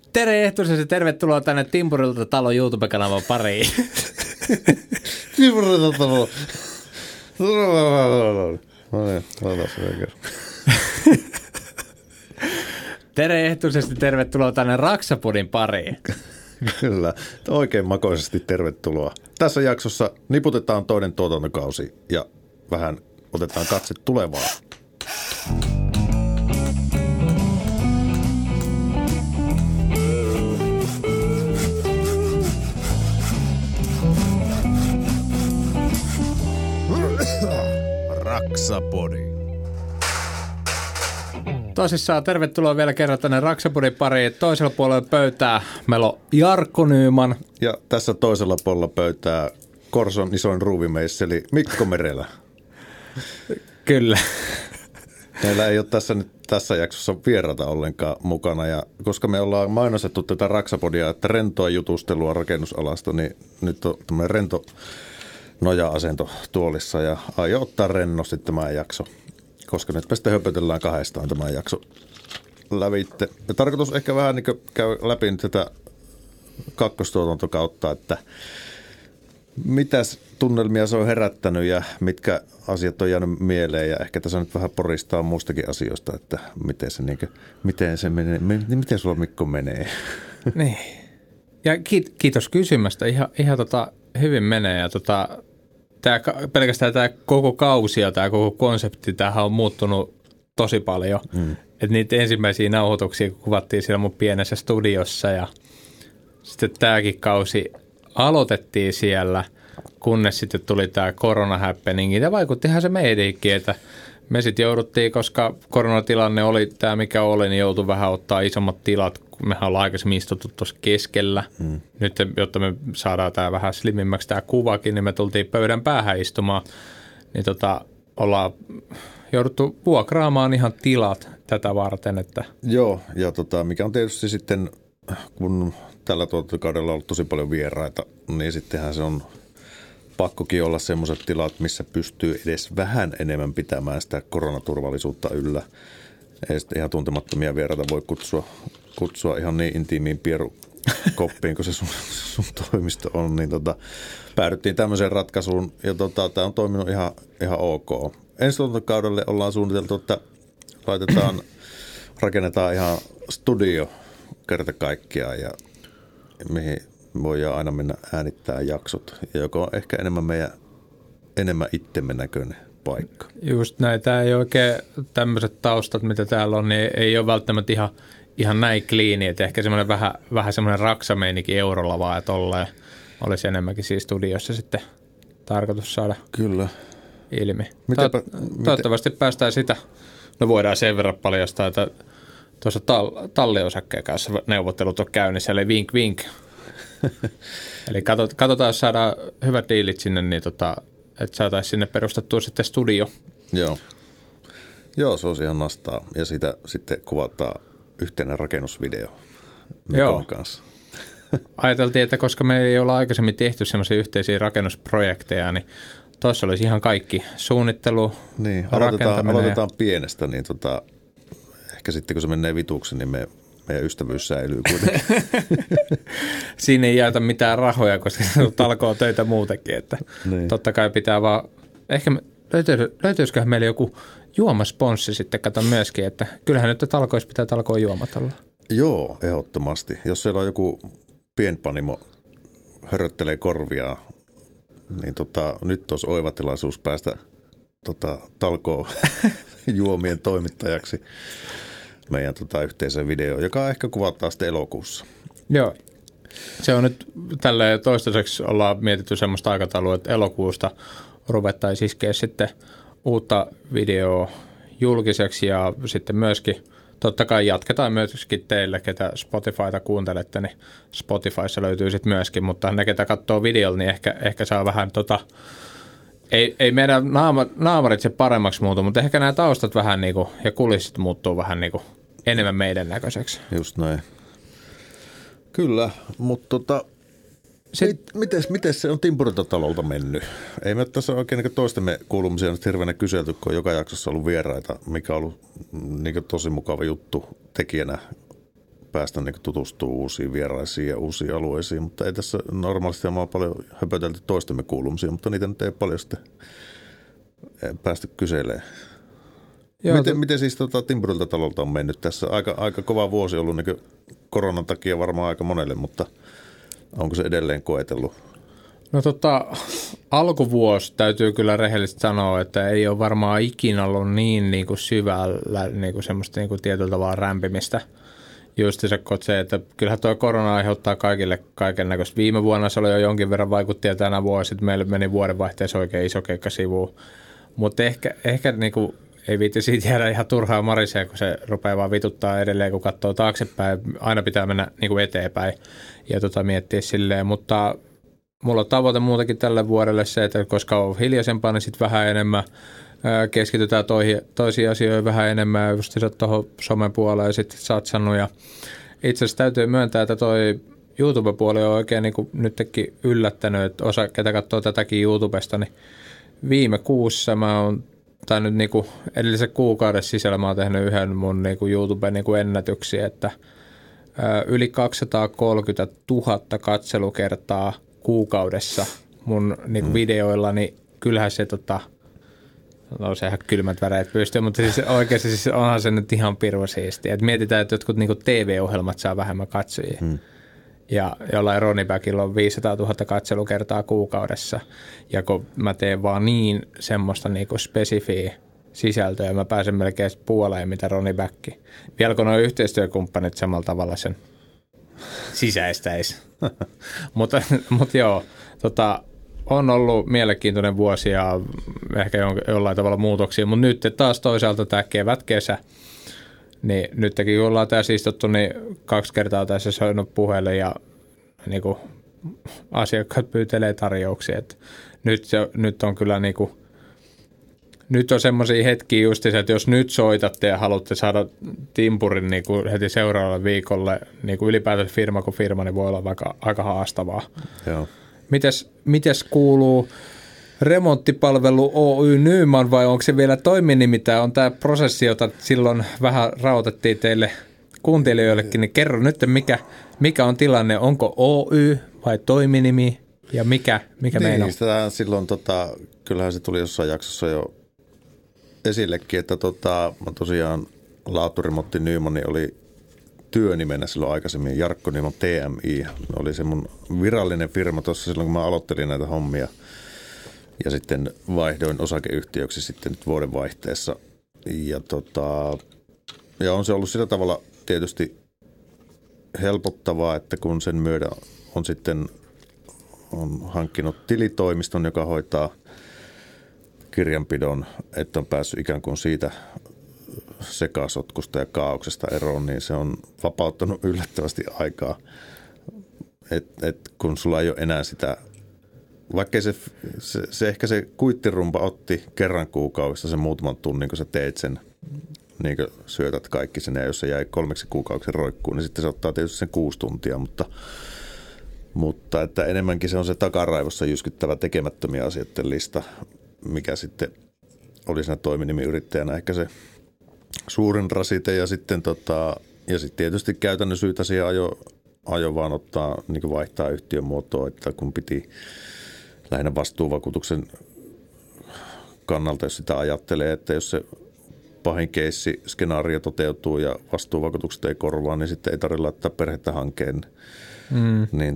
Tere Ehtonen ja tervetuloa tänne Timpurilta talon YouTube-kanavan pariin. Timpurilta talon. Tere ehtoisesti tervetuloa tänne Raksapodin pariin. Kyllä, oikein makoisesti tervetuloa. Tässä jaksossa niputetaan toinen tuotantokausi ja vähän otetaan katse tulevaan. Raksapodi. Tosissaan tervetuloa vielä kerran tänne Raksapodin pariin. Toisella puolella pöytää meillä on Jarkko Nyyman. Ja tässä toisella puolella pöytää Korson isoin ruuvimeisseli Mikko Merelä. Kyllä. Meillä ei ole tässä jaksossa vieraita ollenkaan mukana, ja koska me ollaan mainostettu tätä Raksapodia, että rentoa jutustelua rakennusalasta, niin nyt on tämmöinen rento noja-asento tuolissa ja aion ottaa rennosti tämä jakso, koska nyt me sitten höpötellään kahdestaan tämä jakso lävitte. Ja tarkoitus ehkä vähän niin käy läpi nyt tätä kakkostuotantokautta, että mitäs tunnelmia se on herättänyt ja mitkä asiat on jäänyt mieleen, ja ehkä tässä nyt vähän poristaa muistakin asioista, että miten se menee, miten sulla Mikko menee. Niin. Ja kiitos kysymästä, ihan hyvin menee, ja pelkästään tämä koko kausi ja tämä koko konsepti, tämähän on muuttunut tosi paljon. Että niitä ensimmäisiä nauhoituksia kuvattiin siellä mun pienessä studiossa, ja sitten tämäkin kausi aloitettiin siellä, kunnes sitten tuli tämä koronahappening. Ja vaikuttihan se meidänkin, että me sitten jouduttiin, koska koronatilanne oli tämä mikä oli, niin joutui vähän ottaa isommat tilat. Mehän ollaan aikaisemmin istuttu tuossa keskellä. Nyt, jotta me saadaan tämä vähän slimimmäksi tämä kuvakin, niin me tultiin pöydän päähän istumaan. Niin ollaan jouduttu vuokraamaan ihan tilat tätä varten. Että. Joo, ja mikä on tietysti sitten, kun tällä tuotantokaudella on ollut tosi paljon vieraita, niin sittenhän se on pakkokin olla semmoiset tilat, missä pystyy edes vähän enemmän pitämään sitä koronaturvallisuutta yllä. Ei sitten ihan tuntemattomia vieraita voi kutsua ihan niin intiimiin pierukoppiin, kun se sun toimisto on. Niin päädyttiin tämmöiseen ratkaisuun, ja tämä on toiminut ihan ok. Ensi tuotantokaudelle ollaan suunniteltu, että rakennetaan ihan studio kerta kaikkiaan, ja mihin voidaan aina mennä äänittämään jaksot, ja joka on ehkä enemmän itsemme näköinen paikka. Just näin. Tämä ei oikein tämmöiset taustat, mitä täällä on, niin ei ole välttämättä ihan näin kliini, että ehkä semmoinen vähän semmoinen raksameinikin eurolla vaan, että olisi enemmänkin siinä studiossa sitten tarkoitus saada kyllä ilmi. Toivottavasti päästään sitä. No voidaan sen verran paljastaa, että tuossa talliosakkeen kanssa neuvottelut on käynnissä, eli vink vink. Eli katsotaan, jos saadaan hyvät diilit sinne, niin että saataisiin sinne perustettua sitten studio. Joo, se on ihan nastaa. Ja siitä sitten kuvataan yhteinen rakennusvideo Mikon kanssa. Ajateltiin, että koska me ei olla aikaisemmin tehty semmoisia yhteisiä rakennusprojekteja, niin tuossa olisi ihan kaikki suunnittelu, niin, aloitetaan pienestä, niin ehkä sitten kun se menee vituksi, niin meidän ystävyys säilyy kuitenkin. Siinä ei jaeta mitään rahoja, koska se on talkoo töitä muutenkin. Että niin. Totta kai pitää vaan, ehkä löytyisiköhän meillä joku juomasponssi sitten, kato myöskin, että kyllähän nyt talkoissa pitää talkoa juomat olla. Joo, ehdottomasti. Jos siellä on joku pienpanimo höröttelee korviaan, niin nyt olisi oiva tilaisuus päästä talkoo juomien toimittajaksi meidän yhteiseen videoon, joka ehkä kuvataan sitten elokuussa. Joo. Se on nyt tälleen toistaiseksi ollaan mietitty semmoista aikataulua, että elokuusta ruvettaisiin iskeä sitten uutta videoa julkiseksi, ja sitten myöskin totta kai jatketaan myöskin teille, ketä Spotifyta kuuntelette, niin Spotifyssa löytyy sitten myöskin, mutta ne, ketä katsoo videolla, niin ehkä saa vähän ei meidän naamarit se paremmaksi muutu, mutta ehkä nämä taustat vähän niinku, ja kulissit muuttuu vähän niinku enemmän meidän näköiseksi. Just näin. Kyllä, mutta miten se on Timpurilta-talolta mennyt? Ei me tässä oikein niin toistemme kuulumisia nyt hirveänä kyselty, kun on joka jaksossa ollut vieraita, mikä on ollut niin tosi mukava juttu tekijänä päästä niin tutustumaan uusiin vieraisiin ja uusiin alueisiin, mutta ei tässä normaalisti on paljon höpötelty toistemme kuulumisia, mutta niitä nyt ei paljon sitten päästy kyselemään. Miten siis Timpurilta talolta on mennyt tässä? Aika kova vuosi ollut niin koronan takia varmaan aika monelle, mutta onko se edelleen koetellut? No alkuvuosi täytyy kyllä rehellisesti sanoa, että ei ole varmaan ikinä ollut niin kuin syvällä niin kuin semmoista niin kuin tietyllä tavalla rämpimistä. Just se, että kyllähän tuo korona aiheuttaa kaikille kaikennäköistä. Viime vuonna se oli jo jonkin verran vaikutti ja tänä vuonna sitten meille meni vuodenvaihteessa oikein iso keikka sivuun. Mutta ehkä niin kuin ei viitti siitä jäädä ihan turhaa marisee, kun se rupeaa vaan vituttaa edelleen, kun katsoo taaksepäin. Aina pitää mennä niin kuin eteenpäin ja miettiä silleen, mutta mulla on tavoite muutenkin tälle vuodelle se, että koska on hiljaisempaa, niin sitten vähän enemmän keskitytään toisiin asioihin vähän enemmän, just tuohon somen puoleen sitten satsannut. Ja itse asiassa täytyy myöntää, että toi YouTube-puoli on oikein niin kuin nytkin yllättänyt, että osa, ketä katsoo tätäkin YouTubesta, niin viime kuussa mä oon, tai nyt niin kuin edellisen kuukauden sisällä mä oon tehnyt yhden mun niin kuin YouTuben niin kuin ennätyksiä, että yli 230 000 katselukertaa kuukaudessa mun niin videoilla, niin kyllähän se nousee ihan kylmät väreet pystyy, mutta siis oikeasti siis onhan se nyt ihan pirun siistiä. Et mietitään, että jotkut niin TV-ohjelmat saa vähemmän katsojia. Ja jollain Ronnie Backilla on 500 000 katselukertaa kuukaudessa. Ja kun mä teen vaan niin semmoista niin spesifiä sisältöä, mä pääsen melkein puoleen, mitä Ronnie Back. Vieläkö nuo yhteistyökumppanit samalla tavalla sen sisäistäisi. mutta joo, on ollut mielenkiintoinen vuosi ja ehkä jollain tavalla muutoksia, mutta nyt taas toisaalta tämä kevät-kesä, niin nytkin kun ollaan tässä istuttu, niin 2 kertaa tässä soinut puheelle ja niin kuin, asiakkaat pyytelee tarjouksia. Että nyt on kyllä niin kuin, nyt on semmoisia hetkiä just, että jos nyt soitatte ja haluatte saada timpurin niin kuin heti seuraavalle viikolle, niin kuin ylipäätään firma kuin firma, niin voi olla vaikka aika haastavaa. Joo. Mites kuuluu remonttipalvelu Oy Nyman vai onko se vielä toiminimi? Tämä on tämä prosessi, jota silloin vähän rauhoitettiin teille kuuntelijoillekin, niin kerro nyt, mikä on tilanne, onko Oy vai toiminimi ja mikä meidän on? Niin, silloin kyllähän se tuli jossain jaksossa jo esillekin, että mä tosiaan laaturemontti Nyman oli työnimenä silloin aikaisemmin, Jarkko Nyman TMI, oli se mun virallinen firma tuossa silloin, kun mä aloittelin näitä hommia ja sitten vaihdoin osakeyhtiöksi sitten nyt vuodenvaihteessa ja on se ollut sillä tavalla tietysti helpottavaa, että kun sen myötä on sitten hankkinut tilitoimiston, joka hoitaa kirjanpidon, että on päässyt ikään kuin siitä sekasotkusta ja kaauksesta eroon, niin se on vapauttanut yllättävästi aikaa. kun sulla ei ole enää sitä, vaikkei se ehkä se kuittirumpa otti kerran kuukaudessa sen muutaman tunnin, kun sä teet sen, niin kuin syötät kaikki sen, ja jos se jäi 3 kuukaudeksi roikkuun, niin sitten se ottaa tietysti sen 6 tuntia, mutta että enemmänkin se on se takaraivossa jyskyttävä tekemättömiä asioiden lista, mikä sitten oli siinä toiminimiyrittäjänä ehkä se suurin rasite, ja sitten tietysti käytännön syytä siihen ajo vaan ottaa, niin kuin vaihtaa yhtiön muotoa, että kun piti lähinnä vastuuvakuutuksen kannalta, jos sitä ajattelee, että jos se pahin keissi-skenaario toteutuu ja vastuuvakuutukset ei korvaa, niin sitten ei tarvitse laittaa perhettä hankkeen. Niin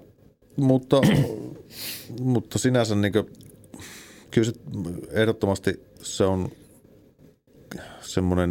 mutta sinänsä niin kuin, kyllä se ehdottomasti se on semmoinen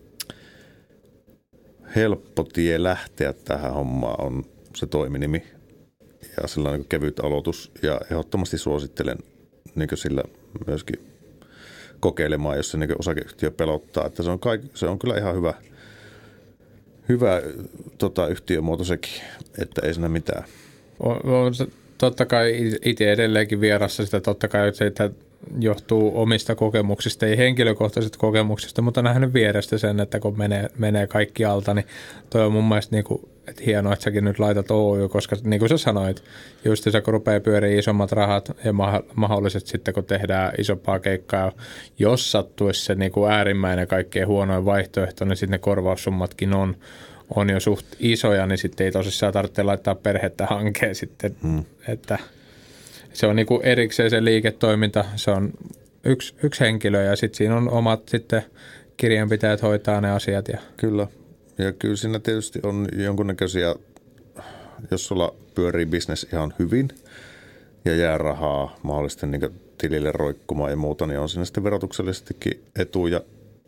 helppo tie lähteä tähän hommaan on se toiminimi ja sellainen kevyt aloitus, ja ehdottomasti suosittelen niin sillä myöskin kokeilemaan, jos se niin osakeyhtiö pelottaa, että se on kyllä ihan hyvä yhtiömuoto sekin, että ei siinä mitään. On totta kai itse edelleenkin vierassa sitä, totta kai se, että johtuu omista kokemuksista, ei henkilökohtaisista kokemuksista, mutta nähnyt vierestä sen, että kun menee kaikki alta, niin toi on mun mielestä niin kuin, että hienoa, että säkin nyt laitat Oy, koska niin kuin sä sanoit, just se, kun rupeaa pyöriä isommat rahat ja mahdolliset sitten, kun tehdään isompaa keikkaa, jos sattuisi se niin kuin äärimmäinen kaikkein huonoin vaihtoehto, niin sitten ne korvaussummatkin on jo suht isoja, niin sitten ei tosissaan tarvitse laittaa perhettä hankeen sitten, että se on niinku erikseen se liiketoiminta, se on yksi henkilö ja sitten siinä on omat sitten kirjanpitäjät hoitaa ne asiat. Kyllä, ja kyllä siinä tietysti on jonkunnäköisiä, jos sulla pyörii bisnes ihan hyvin ja jää rahaa mahdollisesti niin tilille roikkumaan ja muuta, niin on siinä sitten verotuksellisestikin etuja.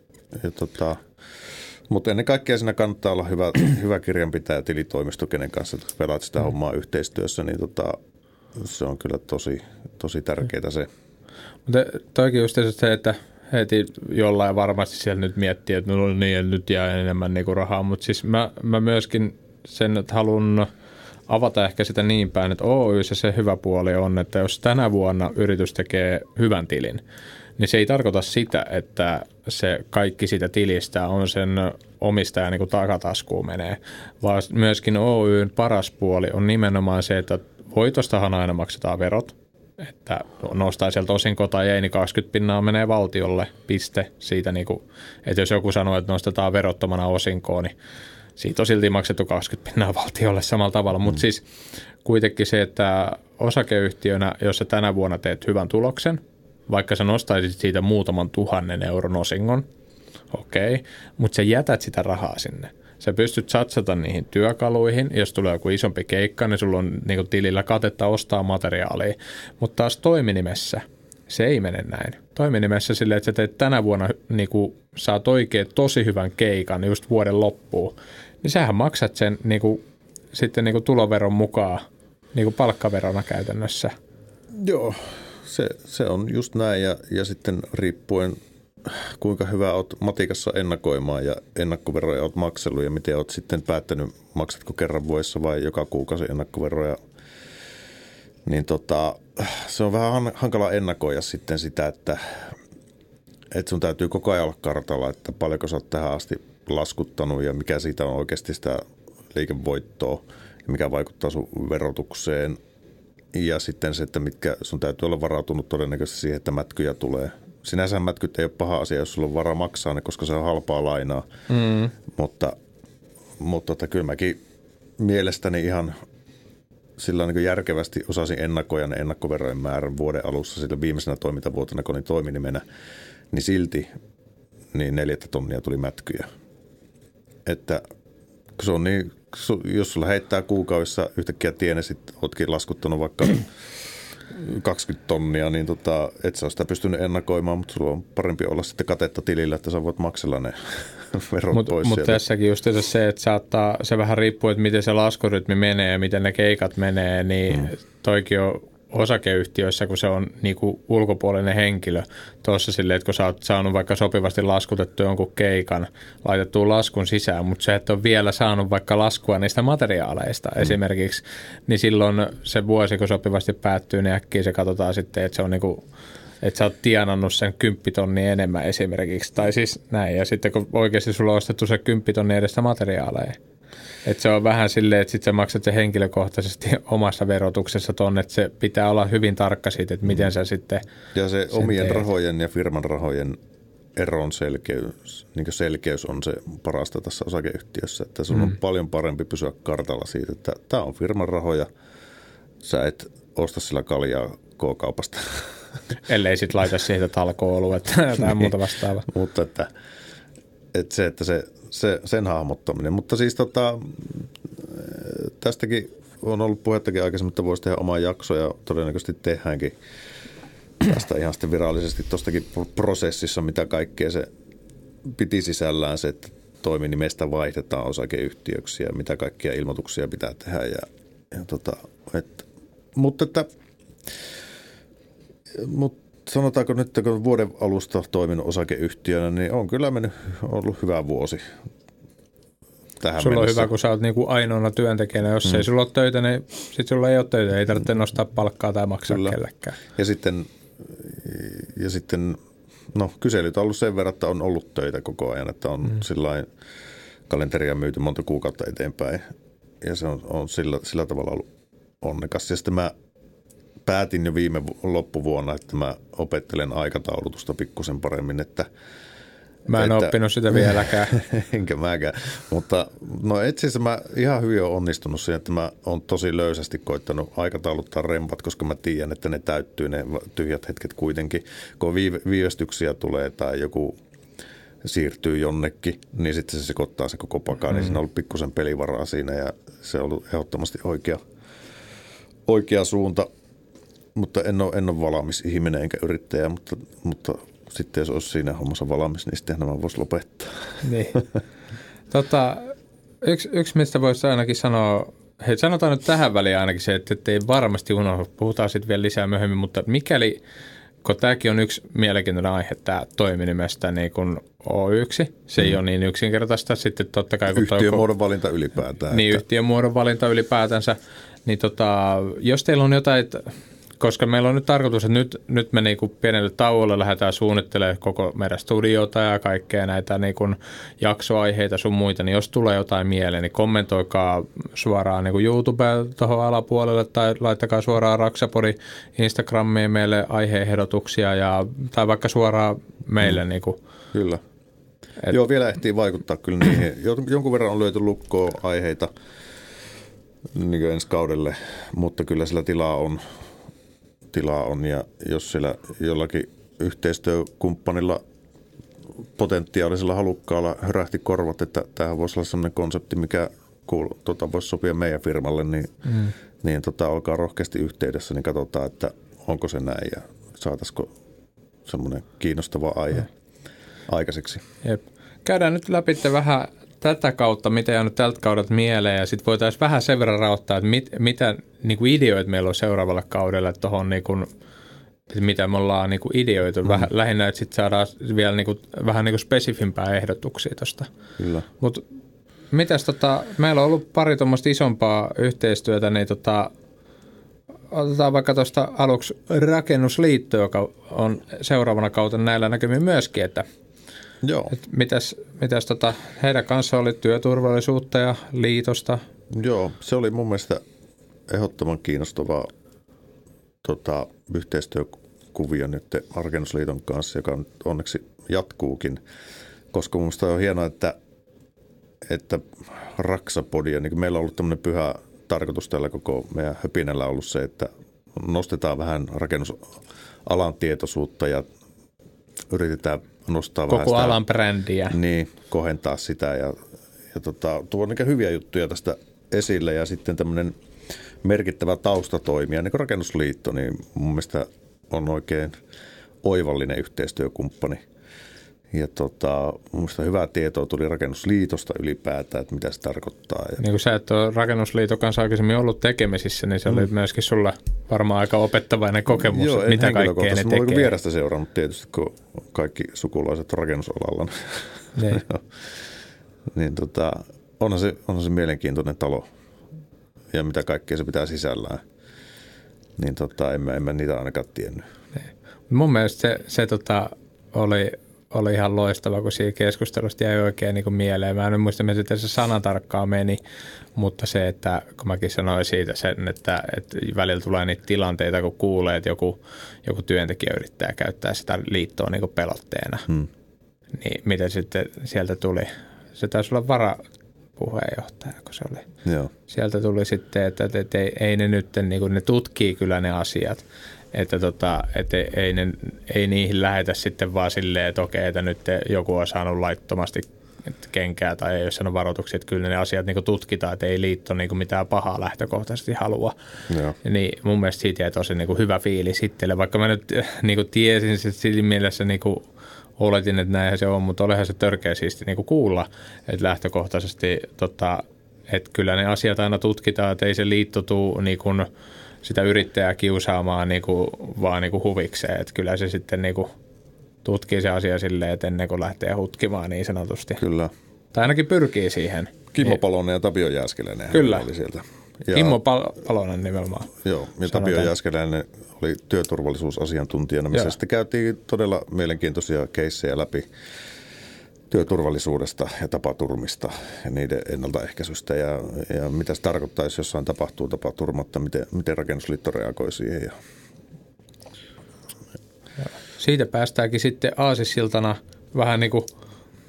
Mutta ennen kaikkea siinä kannattaa olla hyvä kirjanpitäjä tilitoimisto, kenen kanssa pelaat sitä hommaa yhteistyössä, niin se on kyllä tosi tärkeää se. Mutta toikin just se, että heti jollain varmasti siellä nyt miettii, että no niin, nyt jää enemmän niinku rahaa, mutta siis mä myöskin sen, että haluan avata ehkä sitä niin päin, että Oy:ssä se hyvä puoli on, että jos tänä vuonna yritys tekee hyvän tilin, niin se ei tarkoita sitä, että se kaikki siitä tilistä on sen omistajan niin kuin takataskuun menee, vaan myöskin Oyn paras puoli on nimenomaan se, että voitostahan aina maksetaan verot, että nostaa sieltä osinko tai ei, niin 20% menee valtiolle, piste. Siitä niin kuin, että jos joku sanoo, että nostetaan verottomana osinkoon, niin siitä on silti maksettu 20% valtiolle samalla tavalla, mutta siis kuitenkin se, että osakeyhtiönä, jos sä tänä vuonna teet hyvän tuloksen, vaikka sä nostaisit siitä muutaman 1000 euron osingon, okei, mutta sä jätät sitä rahaa sinne. Sä pystyt satsata niihin työkaluihin, jos tulee joku isompi keikka, niin sulla on niin tilillä katetta ostaa materiaalia, mutta taas toiminimessä se ei mene näin. Toiminimessä silleen, että sä teet tänä vuonna, niin kun saat oikein tosi hyvän keikan just vuoden loppuun, niin sähän maksat sen niin kun, sitten niin kun tuloveron mukaan niin kun palkkaverona käytännössä. Joo, se on just näin ja sitten riippuen kuinka hyvä olet matikassa ennakoimaan ja ennakkoveroja olet maksellut ja miten olet sitten päättänyt, maksatko kerran vuodessa vai joka kuukausi ennakkoveroja, niin se on vähän hankala ennakoida sitten sitä, että sun täytyy koko ajan olla kartalla, että paljonko sä oot tähän asti laskuttanut ja mikä siitä on oikeasti sitä liikevoittoa ja mikä vaikuttaa sun verotukseen. Ja sitten se, että mitkä sun täytyy olla varautunut todennäköisesti siihen, että mätkyjä tulee. Sinänsä mätkyt ei ole paha asia, jos sulla on varaa maksaa ne, koska se on halpaa lainaa. Mutta kyllä mäkin mielestäni ihan sillä niin järkevästi osasin ennakoida ne ennakkoverojen määrän vuoden alussa sillä viimeisenä toimintavuotena, kun oli toiminimenä, niin silti niin 4 tonnia tuli mätkyjä. Että se on niin, jos sulla heittää kuukaudessa yhtäkkiä tiene, sitten ootkin laskuttanut vaikka 20 tonnia, niin et sä ole sitä pystynyt ennakoimaan, mutta sulla on parempi olla sitten katetta tilillä, että sä voit maksella ne verot pois. Mutta tässäkin just se, että saattaa, se vähän riippuu, että miten se laskurytmi menee ja miten ne keikat menee, niin toikin on osakeyhtiöissä, kun se on niinku ulkopuolinen henkilö tuossa silleen, että kun sä oot saanut vaikka sopivasti laskutettu jonkun keikan, laitettua laskun sisään, mutta sä et ole vielä saanut vaikka laskua niistä materiaaleista esimerkiksi, niin silloin se vuosi, kun sopivasti päättyy, niin äkkiä se katsotaan sitten, että se on niinku, että sä oot tienannut sen 10 tonnia enemmän esimerkiksi, tai siis näin, ja sitten kun oikeasti sulla on ostettu se 10 tonnia edestä materiaaleja. Että se on vähän silleen, että sitten sä maksat se henkilökohtaisesti omassa verotuksessa tonne, että se pitää olla hyvin tarkka siitä, että miten sä sitten ja se omien rahojen ja firman rahojen eron selkeys on se parasta tässä osakeyhtiössä, että sun on paljon parempi pysyä kartalla siitä, että tämä on firman rahoja, sä et osta sillä kaljaa K-kaupasta. Ellei sitten laita siitä talko-oluetta tai jotain muuta vastaavaa. Mutta että sen hahmottaminen. Mutta siis tästäkin on ollut puhettakin aikaisemmin, että voisi tehdä omaa jaksoa ja todennäköisesti tehdäänkin tästä ihan sitten virallisesti tuostakin prosessissa, mitä kaikkea se piti sisällään se, että toiminimestä vaihdetaan osakeyhtiöksi ja mitä kaikkia ilmoituksia pitää tehdä. Mutta sanotaanko nyt, kun vuoden alusta toiminut osakeyhtiönä, niin on kyllä ollut hyvä vuosi tähän sulla mennessä. On hyvä, kun sä oot niinku ainoana työntekijänä. Jos ei sulla ole töitä, niin sitten sulla ei ole töitä. Ei tarvitse nostaa palkkaa tai maksaa kellekään. Ja sitten kyselyt on ollut sen verran, että on ollut töitä koko ajan, että on sillain kalenteria myyty monta kuukautta eteenpäin. Ja se on sillä tavalla ollut onnekas. Ja sitten mä päätin jo viime loppuvuonna, että mä opettelen aikataulutusta pikkusen paremmin, että Mä en oppinut sitä vieläkään. Enkä mäkään. Mutta no itse mä ihan hyvin olen onnistunut siihen, että mä oon tosi löysästi koittanut aikatauluttaa rempat, koska mä tiedän, että ne täyttyy ne tyhjät hetket kuitenkin. Kun viivästyksiä tulee tai joku siirtyy jonnekin, niin sitten se sekoittaa se koko pakan. Niin siinä on ollut pikkusen pelivaraa siinä ja se on ollut ehdottomasti oikea suunta. Mutta en ole valmis ihminen enkä yrittäjä, mutta sitten jos olisi siinä hommassa valmis, niin sitten nämä voisi lopettaa. Niin. Yksi, mistä voisi ainakin sanoa, sanotaan nyt tähän väliin ainakin se, että ei varmasti unohdu, puhutaan sitten vielä lisää myöhemmin, mutta mikäli, kun tämäkin on yksi mielenkiintoinen aihe, tämä toiminimestä niin kuin O1, se ei ole niin yksinkertaista, sitten totta kai... Yhtiömuodon valinta ylipäätään. Niin, yhtiömuodon valinta ylipäätänsä, niin jos teillä on jotain... Koska meillä on nyt tarkoitus, että nyt me niinku pienelle tauolle lähdetään suunnittelemaan koko meidän studiota ja kaikkea näitä niinku jaksoaiheita sun muita, niin jos tulee jotain mieleen, niin kommentoikaa suoraan niinku YouTubeen tuohon alapuolelle tai laittakaa suoraan Raksapori Instagramiin meille aiheehdotuksia tai vaikka suoraan meille. Niinku. Kyllä. Joo, vielä ehtii vaikuttaa kyllä niihin. Jonkun verran on löyty lukkoa aiheita niin ensi kaudelle, mutta kyllä sillä tilaa on ja jos siellä jollakin yhteistyökumppanilla potentiaalisella halukkaalla hörähti korvat, että tämähän voisi olla sellainen konsepti, mikä voisi sopia meidän firmalle, niin olkaa rohkeasti yhteydessä, niin katsotaan, että onko se näin ja saataisiko semmoinen kiinnostava aihe aikaiseksi. Jep. Käydään nyt läpi vähän tätä kautta, mitä jää nyt tältä kaudelta mieleen, ja sitten voitaisiin vähän sen verran raottaa, että mitä niin kuin ideoita meillä on seuraavalla kaudella, tuohon niin kuin, mitä me ollaan niin kuin ideoitu. Lähinnä, että sitten saadaan vielä niin kuin, vähän niin kuin spesifimpää ehdotuksia tuosta. Kyllä. Mutta mitäs meillä on ollut pari tuommoista isompaa yhteistyötä, niin otetaan vaikka tuosta aluksi Rakennusliitto, joka on seuraavana kautena näillä näkymin myöskin, että joo. Mitäs heidän kanssa oli työturvallisuutta ja liitosta? Joo, se oli mun mielestä ehdottoman kiinnostavaa yhteistyökuvio nyt Rakennusliiton kanssa, joka onneksi jatkuukin, koska mun mielestä on hienoa, että Raksapodia, niin meillä on ollut tämmöinen pyhä tarkoitus tällä koko meidän höpinällä ollut se, että nostetaan vähän rakennusalan tietoisuutta ja yritetään nostaa koko vähän sitä, alan brändiä. Niin, kohentaa sitä ja tuo on hyviä juttuja tästä esille ja sitten tämmöinen merkittävä taustatoimija, niin kuin Rakennusliitto, niin mun mielestä on oikein oivallinen yhteistyökumppani. Ja mun mielestä hyvää tietoa tuli Rakennusliitosta ylipäätään, että mitä se tarkoittaa. Niin kuin sä et ole Rakennusliiton kanssa aikaisemmin ollut tekemisissä, niin se oli myöskin sulla varmaan aika opettavainen kokemus, joo, mitä kaikkea ne tekee. Joo, en vierestä seurannut tietysti, kun kaikki sukulaiset rakennusalalla. Niin onhan se mielenkiintoinen talo ja mitä kaikkea se pitää sisällään. Niin en mä niitä ainakaan tiennyt. Mun mielestä se oli ihan loistava, kun siinä keskustelusta jäi oikein niin kuin mieleen. Mä en muista, miten se sana tarkkaan meni, mutta se, että kun mäkin sanoin siitä sen, että välillä tulee niitä tilanteita, kun kuulee, että joku työntekijä yrittää käyttää sitä liittoa niin kuin pelotteena. Niin miten sitten sieltä tuli? Se taisi olla varapuheenjohtaja, kun se oli. Joo. Sieltä tuli sitten, että ei ne nyt, niin kuin ne tutkii kyllä ne asiat. Että ei niihin lähetä sitten vaan silleen, että okei, että nyt joku on saanut laittomasti kenkää tai ei ole saanut varoituksia, että kyllä ne asiat niin kuin tutkitaan, että ei liitto niin kuin mitään pahaa lähtökohtaisesti halua. Joo. Niin mun mielestä siitä jäi tosi niin kuin hyvä fiilis itselle, vaikka mä nyt niin kuin tiesin, että siinä mielessä niin kuin oletin, että näinhän se on, mutta olihan se törkeä siisti niin kuin kuulla, että lähtökohtaisesti, että kyllä ne asiat aina tutkitaan, että ei se liitto tule niin kuin sitä yrittäjää kiusaamaan niinku, vaan niinku huvikseen. Että kyllä se sitten niinku tutkii se asia silleen, että ennen kuin lähtee hutkimaan niin sanotusti. Kyllä. Tai ainakin pyrkii siihen. Kimmo Palonen ja Tapio Jääskeläinen oli sieltä. Ja, Kimmo Palonen nimenomaan. Joo, ja Tapio Jääskeläinen oli työturvallisuusasiantuntijana, missä sitten käytiin todella mielenkiintoisia keissejä läpi työturvallisuudesta ja tapaturmista ja niiden ennaltaehkäisystä ja mitä se tarkoittaa, jos jossain tapahtuu tapaturmatta, miten Rakennusliitto reagoi siihen. Siitä päästäänkin sitten aasinsiltana vähän niin kuin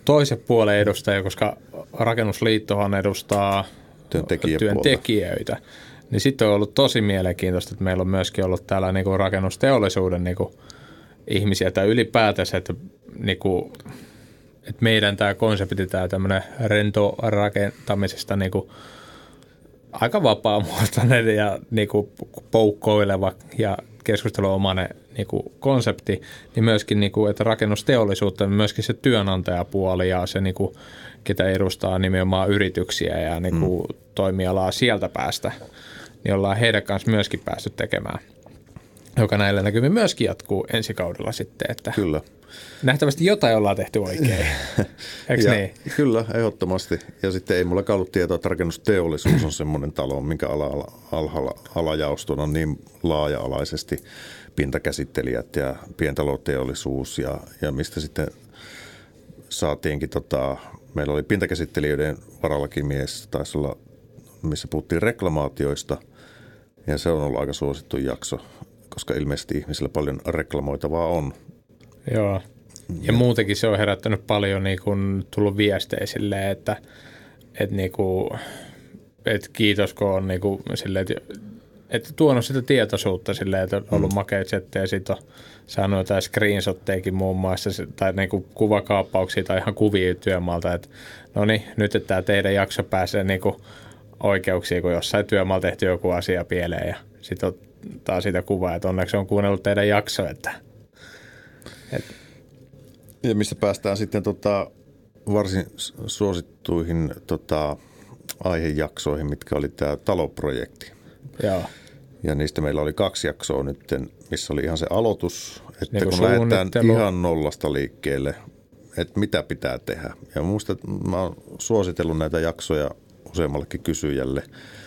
toisen puolen edustajia, koska Rakennusliittohan edustaa työntekijöitä. Niin sitten on ollut tosi mielenkiintoista, että meillä on myöskin ollut täällä niinku rakennusteollisuuden niinku ihmisiä tai ylipäätänsä, että niinku, että meidän tämä konsepti, tämä tämmöinen rento rakentamisesta niinku aika vapaamuotoinen ja niinku poukkoileva ja keskustelunomainen niinku konsepti, niin myöskin, niinku, että rakennusteollisuutta, myöskin se työnantajapuoli ja se, niinku, ketä edustaa nimenomaan yrityksiä ja niinku, toimialaa sieltä päästä, niin ollaan heidän kanssa myöskin päästy tekemään, joka näillä näkymin myöskin jatkuu ensi kaudella sitten. Että kyllä. Nähtävästi jotain ollaan tehty oikein. Eikö niin? Kyllä, ehdottomasti. Ja sitten ei mulla ollut tietoa, että rakennusteollisuus on semmoinen talo, minkä alajaostona on niin laaja-alaisesti pintakäsittelijät ja pientaloteollisuus ja mistä sitten saatiinkin, meillä oli pintakäsittelijöiden varallakimies, taisi olla, missä puhuttiin reklamaatioista, ja se on ollut aika suosittu jakso, koska ilmeisesti ihmisillä paljon reklamoitavaa on. Joo, ja muutenkin se on herättänyt paljon niin kun tullut viestejä silleen, että kiitos kun on niin kun silleen, että tuonut sitä tietoisuutta silleen, että on ollut makea chatte ja sitten on saanut jotain screenshottejakin muun muassa tai niin kuin kuvakaappauksia tai ihan kuvia työmaalta, että no niin, nyt että tämä teidän jakso pääsee niin kuin oikeuksiin, kun jossain työmaalla tehty joku asia pieleen ja sitten ottaa sitä kuvaa, että onneksi on kuunnellut teidän jakso, että ja mistä päästään sitten varsin suosittuihin aihejaksoihin, mitkä oli tämä taloprojekti. Joo. Ja niistä meillä oli 2 jaksoa nyt, missä oli ihan se aloitus, että niin kun lähdetään ihan nollasta liikkeelle, että mitä pitää tehdä. Ja muista, että mä oon suositellut näitä jaksoja useammallekin kysyjälle.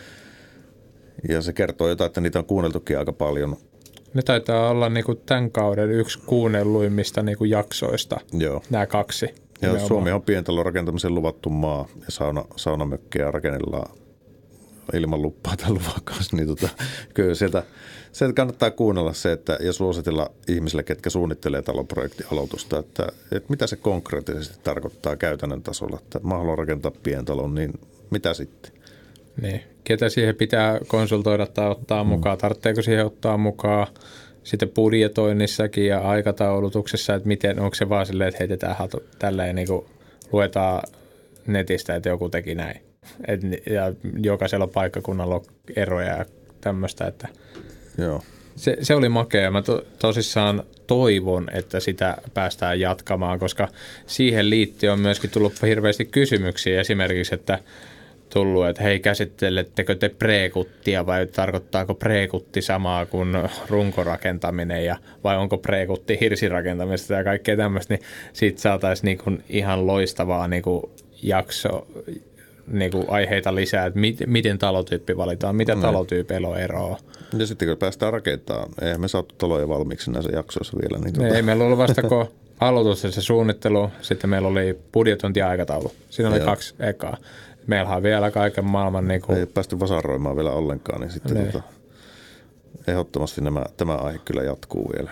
Ja se kertoo jotain, että niitä on kuunneltukin aika paljon. Ne taitaa olla niinku tämän kauden yksi kuunnelluimmista niinku jaksoista, joo. Nämä 2. Ja Suomi on pientalon rakentamisen luvattu maa ja saunamökkejä rakennellaan ilman luppaa tai luvan kanssa. Niin kyllä sieltä kannattaa kuunnella se ja suositella ihmisille, ketkä suunnittelee taloprojektin aloitusta, että mitä se konkreettisesti tarkoittaa käytännön tasolla. Että mä haluan rakentaa pientalon, niin mitä sitten? Niin. Ketä siihen pitää konsultoida tai ottaa mukaan? Tarvitseeko siihen ottaa mukaan sitten budjetoinnissakin ja aikataulutuksessa, että miten, onko se vaan silleen, että heitetään tälleen niin kuin luetaan netistä, että joku teki näin. Ja jokaisella paikkakunnalla on eroja ja tämmöistä, että joo. Se oli makea. Mä tosissaan toivon, että sitä päästään jatkamaan, koska siihen liittyen on myöskin tullut hirveästi kysymyksiä esimerkiksi, että tullut, että hei, käsittelettekö te preekuttia vai tarkoittaako preekutti samaa kuin runkorakentaminen vai onko preekutti hirsirakentamista ja kaikkea tämmöistä, niin siitä saataisiin niinku ihan loistavaa niinku jakso, niinku aiheita lisää, että miten talotyyppi valitaan, mitä talotyypeillä on eroa. Ja sitten kun päästään rakentamaan, eihän me saatu taloja valmiiksi näissä jaksoissa vielä. Niin Ei meillä ollut vasta kun aloitus ja se suunnittelu, sitten meillä oli budjetointi ja aikataulu. Siinä oli 2 ekaa. Meillä on vielä kaiken maailman niin kuin... Ei päästy vasaroimaan vielä ollenkaan, niin sitten ehdottomasti tämä aihe kyllä jatkuu vielä.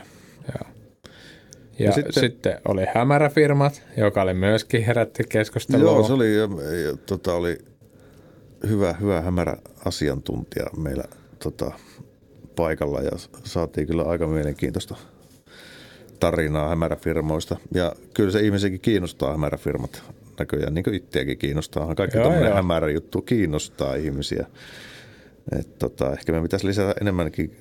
Ja sitten oli hämäräfirmat, joka oli myöskin herätti keskustelua. Joo, se oli, oli hyvä hämärä asiantuntija meillä paikalla ja saatiin kyllä aika mielenkiintoista tarinaa hämäräfirmoista. Ja kyllä se ihmisiäkin kiinnostaa hämäräfirmat. Näköjään niin kuin itseäkin kiinnostaa. Kaikki tämmöinen hämärä juttu kiinnostaa ihmisiä. Ehkä me pitäisi lisätä enemmänkin.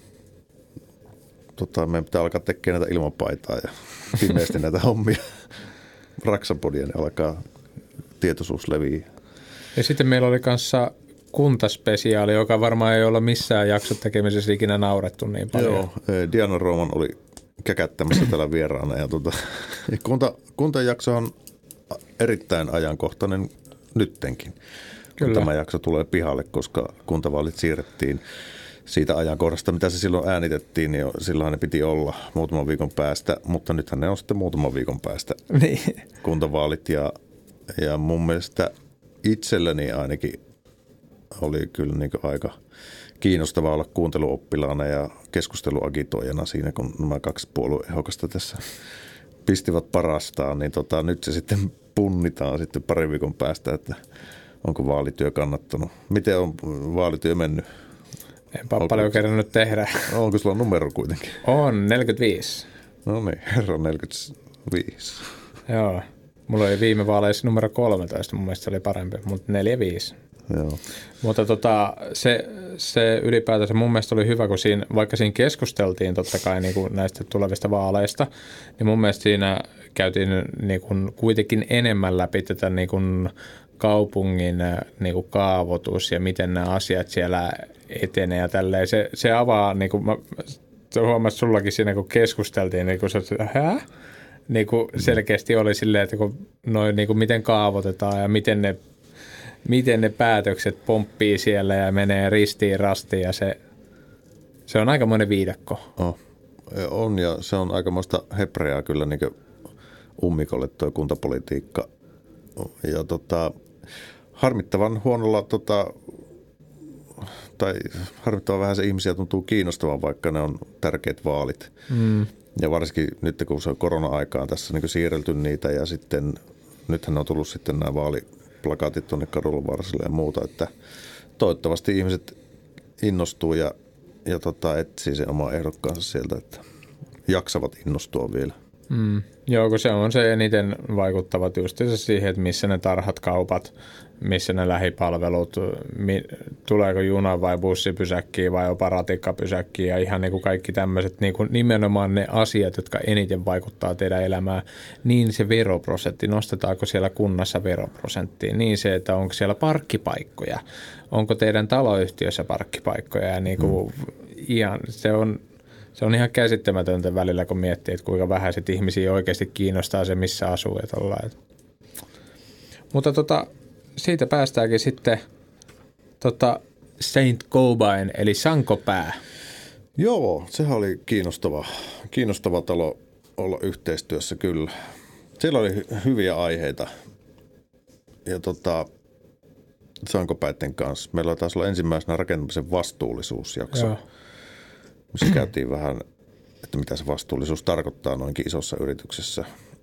Meidän pitää alkaa tekemään näitä ilmapaitaa ja pimeästi näitä hommia. Raksapodia, niin alkaa tietoisuus leviä. Ja sitten meillä oli kanssa kuntaspesiaali, joka varmaan ei olla missään jaksot tekemisessä ikinä naurettu niin paljon. Joo, Diana Rooman oli käkättämässä tällä vieraana. Ja kuntajakso on erittäin ajankohtainen nyttenkin, kun tämä jakso tulee pihalle, koska kuntavaalit siirrettiin siitä ajankohdasta, mitä se silloin äänitettiin, niin silloin ne piti olla muutaman viikon päästä, mutta nythän ne on sitten muutaman viikon päästä kuntavaalit. Ja mun mielestä itselläni ainakin oli kyllä niin kuin aika kiinnostavaa olla kuunteluoppilaana ja keskusteluagitoijana siinä, kun nämä 2 puolueehokasta tässä pistivät parastaan, niin nyt se sitten punnitaan sitten parin viikon päästä, että onko vaalityö kannattanut. Miten on vaalityö mennyt? Enpä ole paljon kerännyt tehdä. Onko sulla numero kuitenkin? On, 45. No niin, herra 45. Joo. Mulla oli viime vaaleissa numero 13, mun mielestä se oli parempi, mutta 45. Joo. Mutta se ylipäätänsä mun mielestä oli hyvä, kun vaikka siinä keskusteltiin totta kai niin kuin näistä tulevista vaaleista, niin mun mielestä siinä käytiin niin kuin kuitenkin enemmän läpi tätä niin kuin kaupungin niin kuin kaavoitus ja miten nämä asiat siellä etenee ja tälleen. Se avaa, niin kuin mä huomasin sullakin siinä, kun keskusteltiin, niin kun sä niin kuin selkeästi oli silleen, että kun niin kuin miten kaavoitetaan ja miten ne päätökset pomppii siellä ja menee ristiin rastiin ja se on aikamoinen viidakko. On ja se on aikamoista hepreaa kyllä niin ummikolle tuo kuntapolitiikka. Ja harmittavan huonolla tai harmittavan vähän se ihmisiä tuntuu kiinnostavan, vaikka ne on tärkeät vaalit. Ja varsinkin nyt kun se on korona-aikaan tässä niin siirrelty niitä ja sitten nythän on tullut sitten nämä vaaliplakaatit tuonne kadulla varsille ja muuta, että toivottavasti ihmiset innostuu ja etsii se oma ehdokkaansa sieltä, että jaksavat innostua vielä. Joo, kun se on se eniten vaikuttavat just siihen, että missä ne tarhat, kaupat, missä ne lähipalvelut, tuleeko juna vai bussi pysäkkiin vai jopa ratikka pysäkkiin ja ihan niin kuin kaikki tämmöiset niin kuin nimenomaan ne asiat, jotka eniten vaikuttaa teidän elämään, niin se veroprosentti, nostetaanko siellä kunnassa veroprosenttiin, niin se, että onko siellä parkkipaikkoja, onko teidän taloyhtiössä parkkipaikkoja ja niin kuin ihan se on ihan käsittämätöntä välillä, kun miettii, että kuinka vähän sit ihmisiä oikeasti kiinnostaa se, missä asuu ja tollain. Mutta siitä päästäänkin sitten Saint Gobain, eli Sankopää. Joo, sehän oli kiinnostava talo olla yhteistyössä kyllä. Siellä oli hyviä aiheita ja Sankopäitten kanssa. Meillä taisi olla ensimmäisenä rakentamisen vastuullisuusjakso. Joo. Missä käytiin vähän, että mitä se vastuullisuus tarkoittaa noinkin isossa yrityksessä.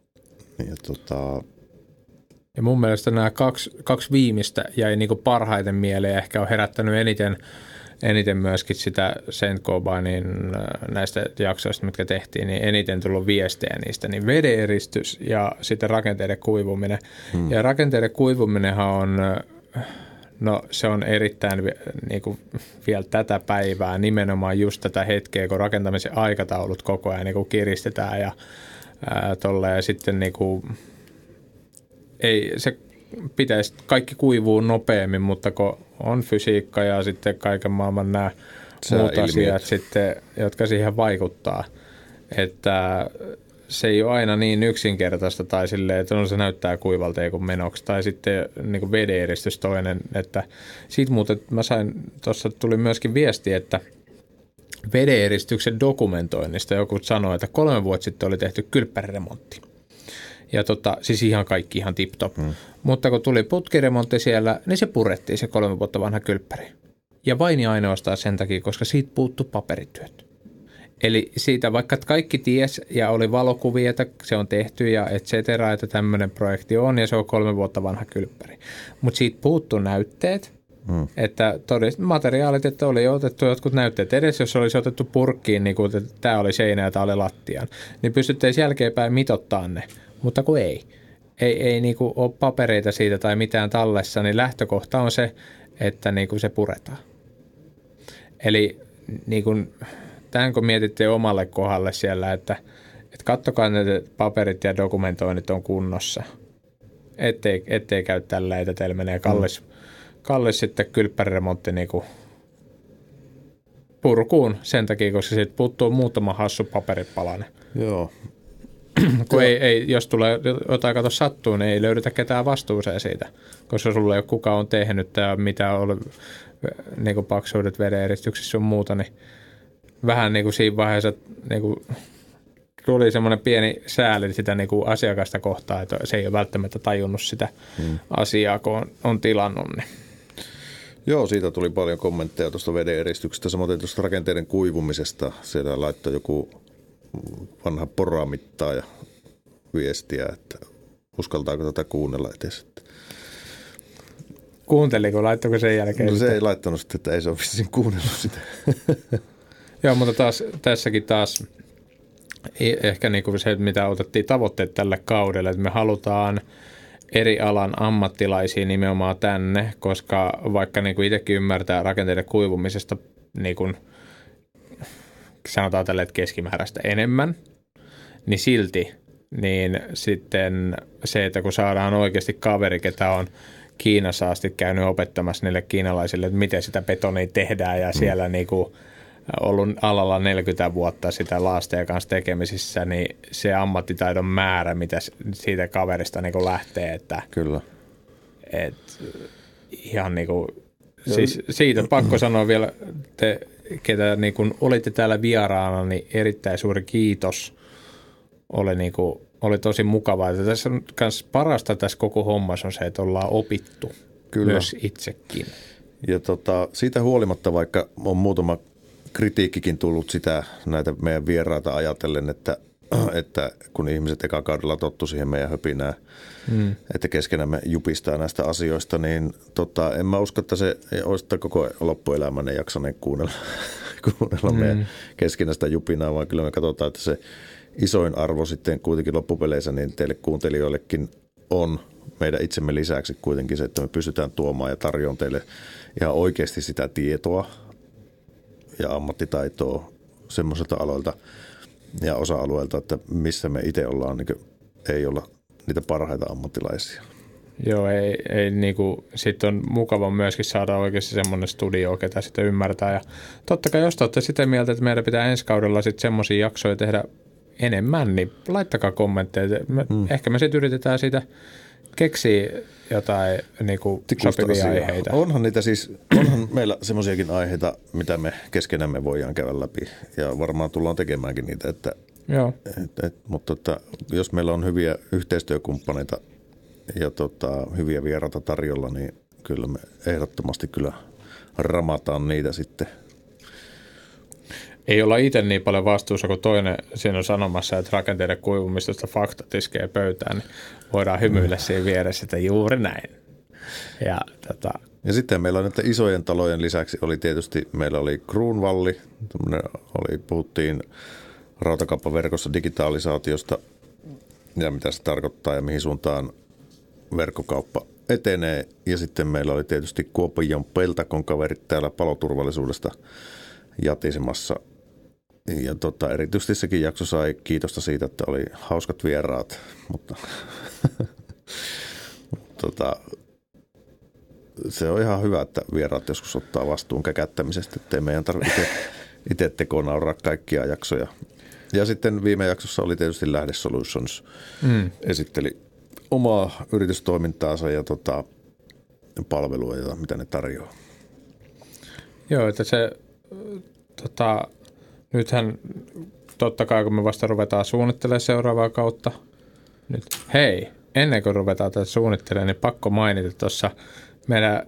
Ja mun mielestä nämä kaksi viimeistä jäi niin kuin parhaiten mieleen. Ehkä on herättänyt eniten myöskin sitä Saint Gobainin näistä jaksoista, mitkä tehtiin, niin eniten tullut viestejä niistä. Niin vedeneristys ja sitten rakenteiden kuivuminen. Ja rakenteiden kuivuminenhan on... No se on erittäin niin kuin, vielä tätä päivää, nimenomaan just tätä hetkeä, kun rakentamisen aikataulut koko ajan niin kuin kiristetään ja tolleen. Ja sitten niin kuin, ei, se pitäisi kaikki kuivuu nopeammin, mutta kun on fysiikka ja sitten kaiken maailman nämä muut asiat sitten, jotka siihen vaikuttaa, että se ei ole aina niin yksinkertaista tai silleen, että se näyttää kuivalta kuin menoksi. Tai sitten niin kuin vedeneristys toinen, että siitä muuten mä tuli myöskin viesti, että vedeneristyksen dokumentoinnista joku sanoi, että 3 vuotta sitten oli tehty kylppäriremontti. Ja siis ihan kaikki ihan tip-top. Mutta kun tuli putkiremontti siellä, niin se purettiin se 3 vuotta vanha kylppäri. Ja vain ja ainoastaan sen takia, koska siitä puuttui paperityöt. Eli siitä vaikka kaikki ties ja oli valokuvia, että se on tehty ja et cetera, että tämmöinen projekti on ja se on 3 vuotta vanha kylppäri. Mutta siitä puuttuu näytteet, että todelliset materiaalit, että oli otettu jotkut näytteet edes, jos olisi otettu purkkiin, niin kuin että tämä oli seinä ja tämä oli lattiaan, niin pystyttäisiin jälkeenpäin mitottaa ne, mutta kun ei. Ei niin kuin ole papereita siitä tai mitään tallessa, niin lähtökohta on se, että niin kuin se puretaan. Eli niin kuin... Tämän kun mietitte omalle kohdalle siellä, että katsokaa ne paperit ja dokumentoinnit on kunnossa, ettei käy tällä, että teillä menee kallis sitten kylppäriremontti niin kuin purkuun sen takia, koska siitä puuttuu muutama hassu paperipalanen. Joo. Kun ei, jos tulee jotain kato sattuu, niin ei löydetä ketään vastuuseen siitä, koska sulla ei ole kukaan on tehnyt tai mitä on niin kuin paksuudet vedeneristyksissä on muuta, niin vähän niin kuin siinä vaiheessa niin kuin tuli semmoinen pieni sääli sitä niin kuin asiakasta kohtaan, että se ei ole välttämättä tajunnut sitä asiaa, kun on tilannut. Niin. Joo, siitä tuli paljon kommentteja tuosta vedeneristyksestä, samoin tuosta rakenteiden kuivumisesta. Siellä laittoi joku vanha poramittaaja viestiä, että uskaltaako tätä kuunnella edes. Kuunteliko, laittako sen jälkeen? No se ei laittanut sitten, että ei se ole vissiin kuunnellut sitä. Joo, mutta tässäkin ehkä niin kuin se, mitä otettiin tavoitteet tälle kaudelle, että me halutaan eri alan ammattilaisia nimenomaan tänne, koska vaikka niin kuin itsekin ymmärtää rakenteiden kuivumisesta niin kuin sanotaan tälle, että keskimääräistä enemmän, niin silti niin sitten se, että kun saadaan oikeasti kaveri, ketä on Kiinassa asti käynyt opettamassa niille kiinalaisille, että miten sitä betonia tehdään ja siellä niin kuin ollut alalla 40 vuotta sitä laasteen kanssa tekemisissä, niin se ammattitaidon määrä, mitä siitä kaverista niin kuin lähtee, että kyllä. Ihan niin kuin, siis siitä pakko sanoa vielä, te, ketä niin kuin olitte täällä vieraana, niin erittäin suuri kiitos. Oli tosi mukavaa. Ja tässä on myös parasta tässä koko hommassa on se, että ollaan opittu kyllä. Myös itsekin. Ja siitä huolimatta, vaikka on muutama kritiikkikin tullut sitä näitä meidän vieraita ajatellen, että kun ihmiset eka kaudella tottu siihen meidän höpinään, että keskenämme jupistaa näistä asioista, niin en mä usko, että se olisi koko loppuelämänne jaksaneen kuunnella meidän keskenäistä jupinaa, vaan kyllä me katsotaan, että se isoin arvo sitten kuitenkin loppupeleissä niin teille kuuntelijoillekin on meidän itsemme lisäksi kuitenkin se, että me pystytään tuomaan ja tarjoamaan teille ihan oikeasti sitä tietoa ja ammattitaitoa semmoiselta aloilta ja osa-alueelta, että missä me itse ollaan, niin ei olla niitä parhaita ammattilaisia. Joo, ei niinku, sitten on mukava myöskin saada oikeasti semmoinen studio, ketä sitä ymmärtää. Ja totta kai, jos te olette sitä mieltä, että meidän pitää ensi kaudella sitten semmoisia jaksoja tehdä enemmän, niin laittakaa kommentteja. Ehkä me sitten yritetään siitä keksiä jotain niinku sopivia aiheita. Onhan meillä semmoisiakin aiheita, mitä me keskenämme voidaan käydä läpi ja varmaan tullaan tekemäänkin niitä, joo. Mutta jos meillä on hyviä yhteistyökumppaneita ja hyviä vieraita tarjolla, niin kyllä me ehdottomasti kyllä ramataan niitä sitten. Ei olla itse niin paljon vastuussa kuin toinen siinä on sanomassa, että rakenteiden kuivumista faktat iskee pöytään, niin voidaan hymyillä siinä vieressä, että juuri näin. Ja sitten meillä on näitä isojen talojen lisäksi meillä oli Kruunvalli, puhuttiin rautakauppaverkossa digitalisaatiosta ja mitä se tarkoittaa ja mihin suuntaan verkkokauppa etenee. Ja sitten meillä oli tietysti Kuopion Peltakon kaverit täällä paloturvallisuudesta jatisemassa. Ja erityisesti sekin jakso sai kiitosta siitä, että oli hauskat vieraat, mutta se on ihan hyvä, että vieraat joskus ottaa vastuun käkättämisestä, ettei meidän tarvitse itse tekoon nauraa kaikkia jaksoja. Ja sitten viime jaksossa oli tietysti Lähde Solutions, esitteli omaa yritystoimintaansa ja palvelua, ja mitä ne tarjoaa. Joo, että se nythän totta kai, kun me vasta ruvetaan suunnittelemaan seuraavaa kautta. Nyt, hei, ennen kuin ruvetaan tätä suunnittelemaan, niin pakko mainita tuossa meidän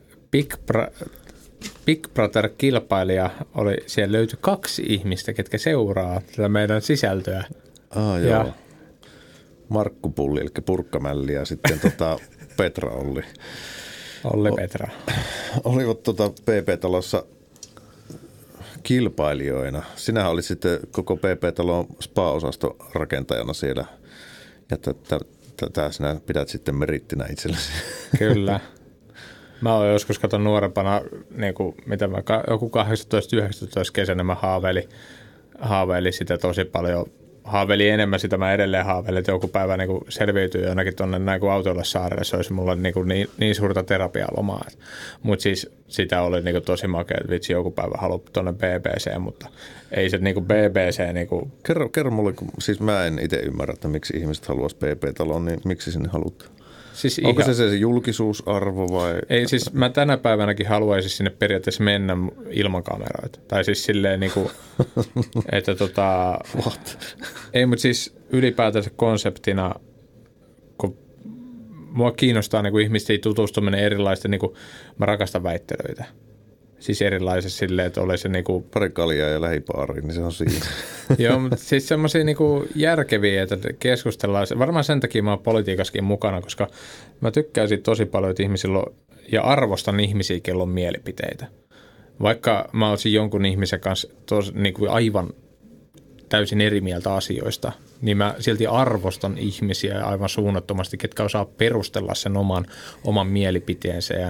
Big Brother-kilpailija siellä löytyi 2 ihmistä, ketkä seuraa tätä meidän sisältöä. Joo. Ja Markku Pulli, eli Purkkamälli ja sitten Petra Olli. Petra. Olivat PP-talossa kilpailijoina. Sinähän olit sitten koko PP-talon spa-osaston rakentajana siellä. Ja tätä sinä pidät sitten merittinä itsellesi. Kyllä. Mä oon joskus katon nuorempana, niin kuin, mitä mä, joku 18-19 kesänä mä haaveilin sitä tosi paljon. Haaveilin enemmän sitä, mä edelleen haaveilin, että joku päivä niin selviytyy jonnekin tuonne näin kuin autoilla saarelle. Se olisi mulla niin suurta terapialomaa. Mutta siis sitä oli niin kuin tosi makea, että vitsi joku päivä haluaa tuonne BBC, mutta ei se niin kuin BBC. Niin kuin Kerro mulle, siis mä en itse ymmärrä, että miksi ihmiset haluaisi PP-taloon, niin miksi sinne haluat? Siis onko se julkisuusarvo vai? Ei, siis mä tänä päivänäkin haluaisin sinne periaatteessa mennä ilman kameroita. Tai siis silleen niinku, että ei, mutta siis ylipäätänsä konseptina, kun mua kiinnostaa niinku ihmisten tutustuminen erilaisten, niinku, mä rakastan väittelyitä. Siis erilaisessa silleen, että oli se niinku... Pari kaljaa ja lähipaariin, niin se on siinä. Joo, mutta siis semmoisia niinku järkeviä, että keskustellaan. Varmaan sen takia mä oon politiikassakin mukana, koska mä tykkään siitä tosi paljon, että ihmisillä on, ja arvostan ihmisiä, kello on mielipiteitä. Vaikka mä olisin jonkun ihmisen kanssa niinku aivan täysin eri mieltä asioista, niin mä silti arvostan ihmisiä aivan suunnattomasti, ketkä osaa perustella sen oman mielipiteensä ja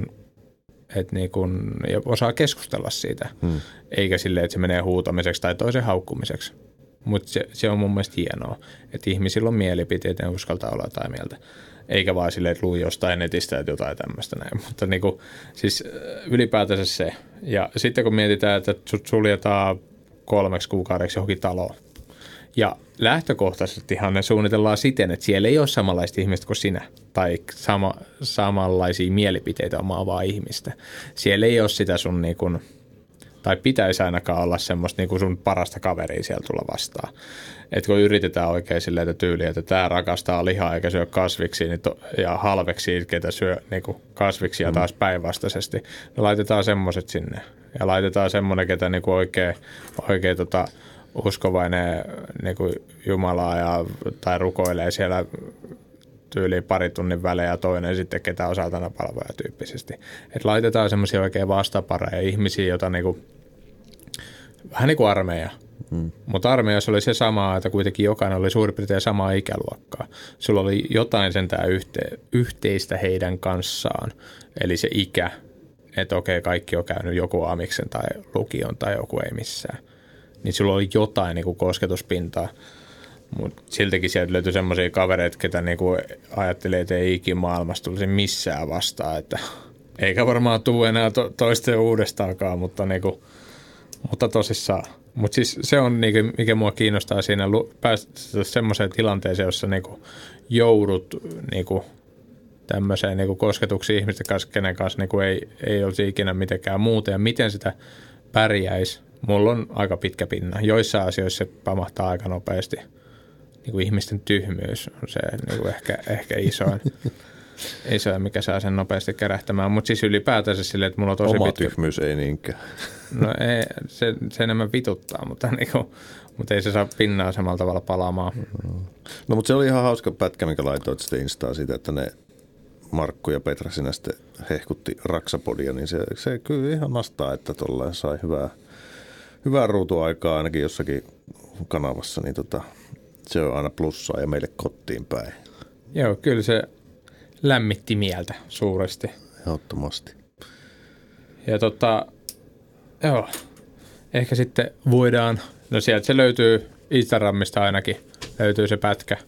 ja osaa keskustella siitä, eikä silleen, että se menee huutamiseksi tai toisen haukkumiseksi. Mutta se on mun mielestä hienoa, että ihmisillä on mielipiteitä ja uskaltaa olla jotain mieltä. Eikä vaan silleen, että luu jostain netistä, että jotain tämmöistä näin. Mutta siis ylipäätänsä se. Ja sitten kun mietitään, että sut suljetaan 3 kuukaudeksi johonkin taloon. Ja lähtökohtaisestihan ne suunnitellaan siten, että siellä ei ole samanlaista ihmistä kuin sinä. Tai samanlaisia mielipiteitä omaavaa ihmistä. Siellä ei ole sitä sun tai pitäisi ainakaan olla semmoista sun parasta kaveria siellä tulla vastaan. Että kun yritetään oikein silleen tyyliä, että tämä rakastaa lihaa eikä syö kasviksia ja halveksii, ketä syö kasviksia taas päinvastaisesti, niin laitetaan semmoiset sinne. Ja laitetaan semmoinen, ketä oikein uskovainen Jumalaa tai rukoilee siellä tyyliin pari tunnin välein ja toinen sitten ketä on saatana palvoja tyyppisesti. Että laitetaan semmoisia oikein vastapareja ihmisiä, joita vähän niin kuin armeija. Mutta armeijassa oli se sama, että kuitenkin jokainen oli suurin piirtein samaa ikäluokkaa. Sulla oli jotain sentään yhteistä heidän kanssaan, eli se ikä, että okei, kaikki on käynyt joku amiksen tai lukion tai joku ei missään. Niin sulla oli jotain kosketuspintaa, mutta siltikin sieltä löytyi semmoisia kavereita, ketä ajattelee, että ei ikin maailmassa tulisi missään vastaan, että eikä varmaan tule enää toisten uudestaankaan, mutta tosissaan. Mutta siis se on, mikä mua kiinnostaa siinä, päästä semmoiseen tilanteeseen, jossa joudut tämmöiseen kosketuksiin ihmisten kanssa, kenen kanssa ei olisi ikinä mitenkään muuta ja miten sitä pärjäisi. Mulla on aika pitkä pinna. Joissain asioissa se pamahtaa aika nopeasti. Ihmisten tyhmyys on se ehkä isoin, mikä saa sen nopeasti kärähtämään. Mutta siis ylipäätänsä silleen, että mulla on tosi oma pitkä... tyhmyys ei niinkään. No ei, se enemmän vituttaa, mutta ei se saa pinnaa samalla tavalla palaamaan. No mutta se oli ihan hauska pätkä, mikä laitoit sitten Instaan siitä, että ne Markku ja Petra sinä sitten hehkutti Raksapodia, niin se kyllä ihan nastaa, että tuollain sai hyvää ruutuaikaa ainakin jossakin kanavassa, niin se on aina plussaa ja meille kotiin päin. Joo, kyllä se lämmitti mieltä suuresti. Ehdottomasti. Ja joo, ehkä sitten voidaan, no sieltä se löytyy Instagramista ainakin, löytyy se pätkä.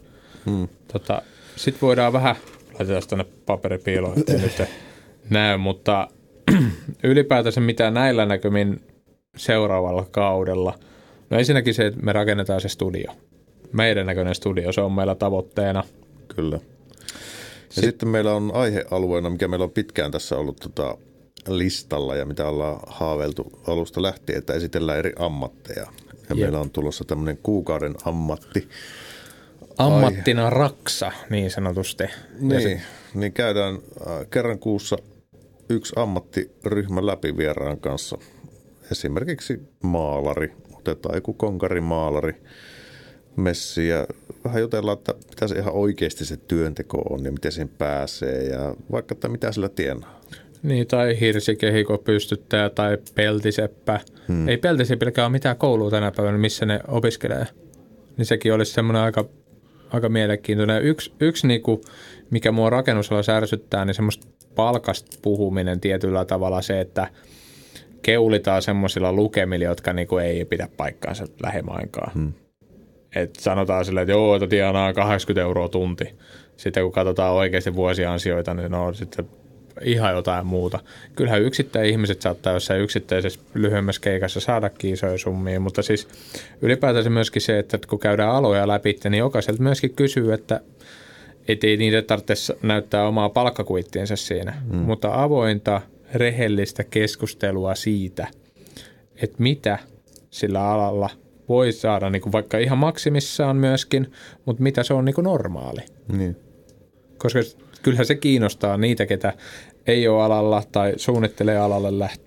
Sitten voidaan vähän, laitetaan tuonne paperipiiloon, ettei nyt näy, mutta ylipäätänsä mitä näillä näkymin seuraavalla kaudella. No ensinnäkin se, että me rakennetaan se studio. Meidän näköinen studio, se on meillä tavoitteena. Kyllä. Ja sitten meillä on aihealueena, mikä meillä on pitkään tässä ollut listalla ja mitä ollaan haaveiltu alusta lähtien, että esitellään eri ammatteja. Ja meillä on tulossa tämmöinen kuukauden ammatti. Ammattina raksa, niin sanotusti. Niin käydään kerran kuussa yksi ammattiryhmä läpi vieraan kanssa. Esimerkiksi maalari, otetaan joku konkarimaalari messi ja vähän jutellaan, että mitä se ihan oikeasti se työnteko on ja miten siihen pääsee ja vaikka että mitä sillä tienaa. Niin, tai hirsikehiko pystyttäjä tai peltiseppä. Ei peltiseppilläkään ole mitään koulua tänä päivänä, missä ne opiskelee. Niin sekin olisi semmoinen aika mielenkiintoinen. Yksi mikä mua rakennusalalla ärsyttää, niin semmoista palkasta puhuminen tietyllä tavalla se, että keulitaan semmoisilla lukemilla, jotka ei pidä paikkaansa lähimainkaan. Että sanotaan silleen, että joo, että tienaa 80 € tunti. Sitten kun katsotaan oikeasti vuosiansioita, niin ne on sitten ihan jotain muuta. Kyllähän ihmiset saattaa jossain yksittäisessä lyhyemmässä keikassa saadakin isoja summia, mutta siis ylipäätään myöskin se, että kun käydään aloja läpi, niin jokaiselta myöskin kysyy, että ei niitä tarvitse näyttää omaa palkkakuittiensa siinä, mutta avointa, rehellistä keskustelua siitä, että mitä sillä alalla voi saada, vaikka ihan maksimissaan myöskin, mutta mitä se on normaali. Niin. Koska kyllähän se kiinnostaa niitä, ketä ei ole alalla tai suunnittelee alalle lähtöä. Niin.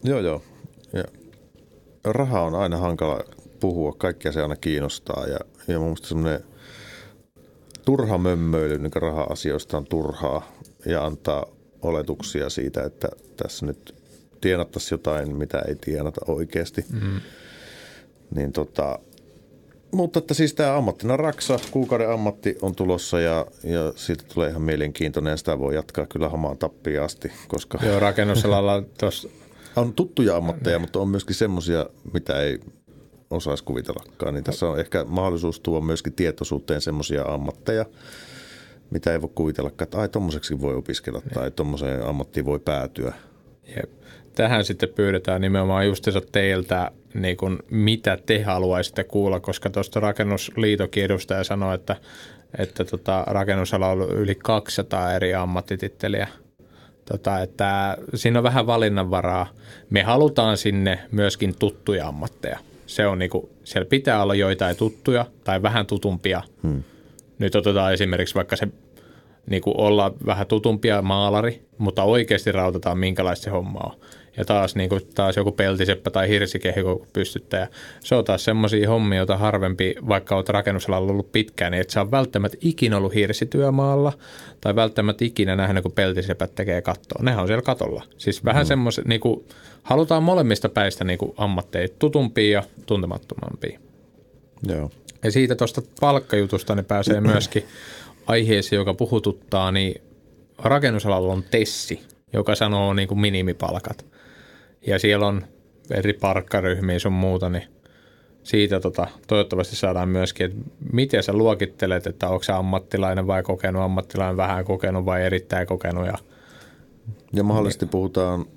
Joo. Ja raha on aina hankala puhua, kaikkia se aina kiinnostaa ja mun mielestä semmoinen turha mömmöily niin raha-asioista on turhaa ja antaa oletuksia siitä, että tässä nyt tienattaisiin jotain, mitä ei tienata oikeasti. Niin mutta että siis tämä ammattina Raksa, kuukauden ammatti on tulossa ja siitä tulee ihan mielenkiintoinen ja sitä voi jatkaa kyllä hamaan tappiin asti. Koska joo, rakennusalalla tuossa on tuttuja ammatteja, mutta on myöskin semmoisia, mitä ei osaisi kuvitellakaan. Niin tässä on ehkä mahdollisuus tuoda myöskin tietoisuuteen semmoisia ammatteja, mitä ei voi kuvitellakaan, että ai tommoseksi voi opiskella tai tommoseen ammattiin voi päätyä. Jep. Tähän sitten pyydetään nimenomaan justiinsa teiltä, niin kuin, mitä te haluaisitte kuulla, koska tuosta Rakennusliitonkin edustaja sanoi, että rakennusalalla on ollut yli 200 eri ammattititteliä. Että siinä on vähän valinnanvaraa. Me halutaan sinne myöskin tuttuja ammatteja. Se on niinku, siellä pitää olla joitain tuttuja tai vähän tutumpia. Nyt otetaan esimerkiksi vaikka se niinku olla vähän tutumpia maalari, mutta oikeasti rautataan minkälaista se homma on. Ja taas joku peltiseppä tai hirsikehikko pystyttäjä. Se on taas semmoisia hommia, joita harvempi, vaikka olet rakennusalalla ollut pitkään, niin et sä ole välttämättä ikinä ollut hirsityömaalla tai välttämättä ikinä nähnyt, kun peltisepät tekee kattoa. Nehän on siellä katolla. Siis vähän semmoiset, niinku, halutaan molemmista päistä niinku ammatteja, tutumpia ja tuntemattomampia. Joo. Ja siitä tuosta palkkajutusta ne pääsee myöskin aiheeseen, joka puhututtaa, niin rakennusalalla on TESSi, joka sanoo niin kuin minimipalkat. Ja siellä on eri palkkaryhmiä sun muuta, niin siitä toivottavasti saadaan myöskin, että miten sä luokittelet, että onko sä ammattilainen vai kokenut, ammattilainen vähän kokenut vai erittäin kokenut. Ja mahdollisesti puhutaan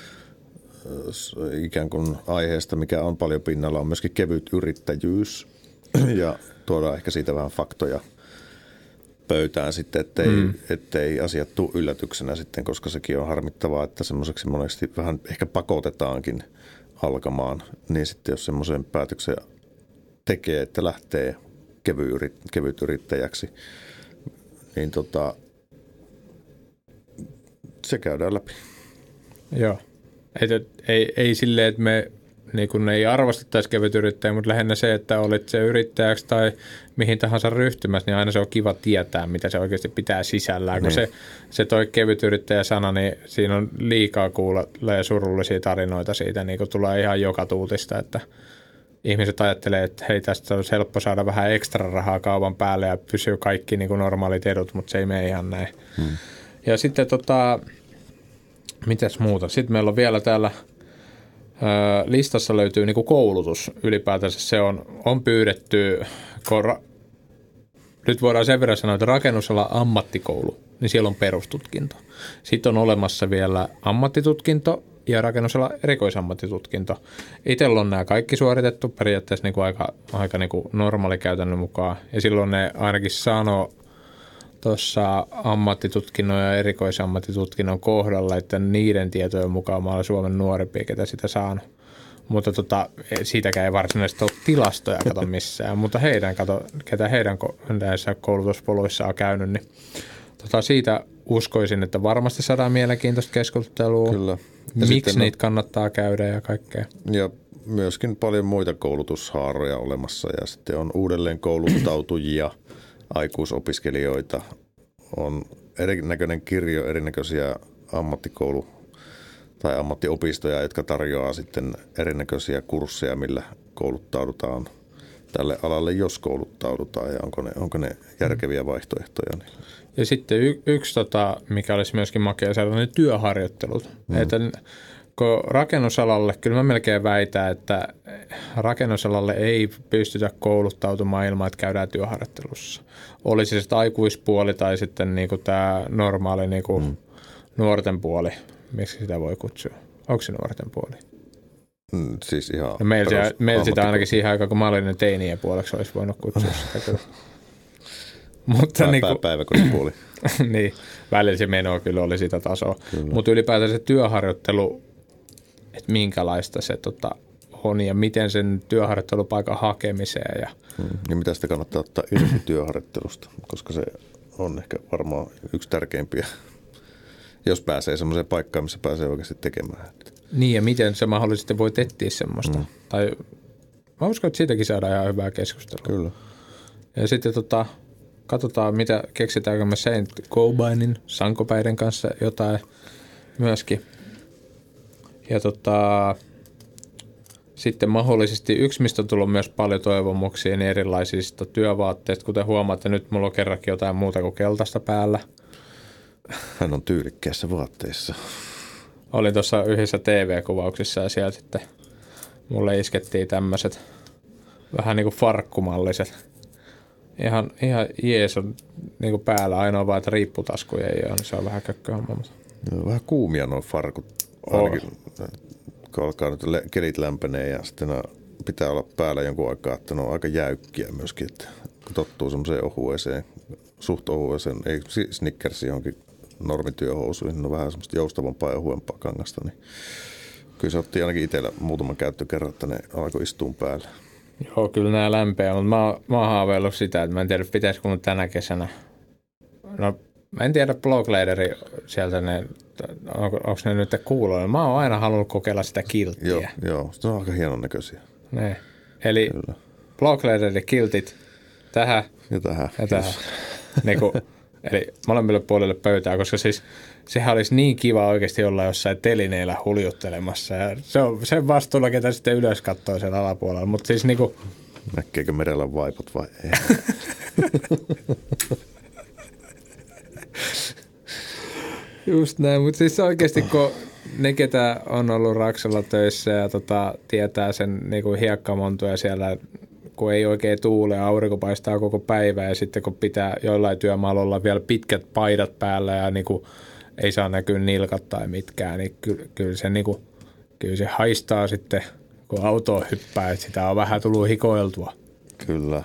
ikään kuin aiheesta, mikä on paljon pinnalla, on myöskin kevyt yrittäjyys ja tuodaan ehkä siitä vähän faktoja pöytään sitten, ettei asiat tule yllätyksenä sitten, koska sekin on harmittavaa, että semmoiseksi monesti vähän ehkä pakotetaankin alkamaan, niin sitten jos semmoisen päätöksen tekee, että lähtee kevyt yrittäjäksi, niin se käydään läpi. Joo. Ei silleen, että me niin kun ei arvostettaisi kevytyrittäjä, mutta lähinnä se, että olit se yrittäjäksi tai mihin tahansa ryhtymässä, niin aina se on kiva tietää, mitä se oikeasti pitää sisällään. Kun se toi kevytyrittäjä-sana, niin siinä on liikaa kuulla surullisia tarinoita siitä, niin kun tulee ihan joka tuutista, että ihmiset ajattelee, että hei, tästä on helppo saada vähän ekstra rahaa kaupan päälle ja pysyy kaikki niin kuin normaalit edut, mutta se ei mene ihan näin. Ja sitten mitäs muuta? Sitten meillä on vielä täällä listassa löytyy niinku koulutus ylipäätänsä. Se on pyydetty, nyt voidaan sen verran sanoa, että rakennusala ammattikoulu, niin siellä on perustutkinto. Sitten on olemassa vielä ammattitutkinto ja rakennusala erikoisammattitutkinto. Itsellä on nämä kaikki suoritettu periaatteessa niinku aika niinku normaalikäytännön mukaan. Ja silloin ne ainakin sanoo tuossa ammattitutkinnon ja erikoisammattitutkinnon kohdalla, että niiden tietojen mukaan mä olen Suomen nuorempia, ketä sitä saanut. Mutta siitäkään ei varsinaisesti ole tilastoja kato missään, mutta ketä heidän näissä koulutuspoluissa on käynyt, niin siitä uskoisin, että varmasti saadaan mielenkiintoista keskustelua. Kyllä. Miksi niitä kannattaa käydä ja kaikkea. Ja myöskin paljon muita koulutushaaroja olemassa ja sitten on uudelleen kouluttautujia, aikuisopiskelijoita, on erinäköinen kirjo, erinäköisiä ammattikoulu- tai ammattiopistoja, jotka tarjoaa sitten erinäköisiä kursseja, millä kouluttaudutaan tälle alalle, jos kouluttaudutaan ja onko ne järkeviä vaihtoehtoja. Niin. Ja sitten yksi, mikä olisi myöskin makea, sellainen työharjoittelut. Että kun rakennusalalle, kyllä mä melkein väitän, että rakennusalalle ei pystytä kouluttautumaan ilman, että käydään työharjoittelussa. Olisi se aikuispuoli tai sitten niinku tämä normaali niinku nuorten puoli. Miksi sitä voi kutsua? Onko se nuorten puoli? Siis ihan no meillä sitä ainakin siihen aikaan, kun mä olin teinien puoleksi, olisi voinut kutsua sitä kyllä. Mutta päiväkodin puoli. Niin, välillä se meno kyllä oli sitä tasoa. Mutta ylipäätään se työharjoittelu, että minkälaista se on ja miten sen työharjoittelupaikan hakemiseen. Ja mitä sitä kannattaa ottaa irti työharjoittelusta, koska se on ehkä varmaan yksi tärkeimpiä, jos pääsee semmoiseen paikkaan, missä pääsee oikeasti tekemään. Niin, ja miten se mahdollisesti voi etsiä semmoista. Tai mä uskon, että siitäkin saadaan ihan hyvää keskustelua. Kyllä. Ja sitten katsotaan, mitä keksitäänkö me Saint Cobainin sankopäiden kanssa jotain myöskin. Ja sitten mahdollisesti yksi, mistä on tullut myös paljon toivomuksia, niin erilaisista työvaatteista. Kuten huomaatte, nyt mulla on kerrankin jotain muuta kuin keltaista päällä. Hän on tyylikkäässä vaatteissa. Olin tuossa yhdessä TV-kuvauksissa ja siellä sitten mulle iskettiin tämmöiset vähän niin kuin farkkumalliset. Ihan jees on niin kuin päällä, ainoa vaan, että riipputaskuja ei ole, niin se on vähän kökköhomma. Vähän kuumia nuo farkut, ainakin kun alkaa nyt kelit lämpenee ja sitten pitää olla päällä jonkun aikaa, että ne on aika jäykkiä myöskin, että kun tottuu semmoiseen ohueseen, suht ohueseen, ei Snickersiin johonkin normityöhousuihin, ne on vähän semmoista joustavampaa ja ohuempaa kangasta, niin kyllä se otti ainakin itsellä muutaman käyttökerran, että ne alkoi istua päällä. Joo, kyllä nämä lämpeä, mutta mä oon haaveillut sitä, että mä en tiedä, pitäisikö mun tänä kesänä. No, mä en tiedä Blogleaderi sieltä, onko ne nyt kuuloilla. Mä oon aina halunnut kokeilla sitä kilttiä. Joo, se on aika hienon näköisiä. Ne. Eli Blogleaderi kiltit tähän ja tähän. Eli molemmille puolille pöytää, koska siis sehän olisi niin kiva oikeasti olla jossain telineillä huljuttelemassa. Ja se on sen vastuulla, ketä sitten ylös katsoo sen alapuolella. Mutta siis niinku... Näkeekö merellä vaipot vai ei? Just näin, mutta siis oikeasti kun ne, ketä on ollut Raksalla töissä ja tietää sen niinku hiekkamontuja siellä, kun ei oikein tuule, aurinko paistaa koko päivä ja sitten kun pitää jollain työmaalla olla vielä pitkät paidat päällä ja niinku ei saa näkyä nilkat tai mitkään, niin kyllä se haistaa sitten, kun autoon hyppää, että sitä on vähän tullut hikoiltua. Kyllä.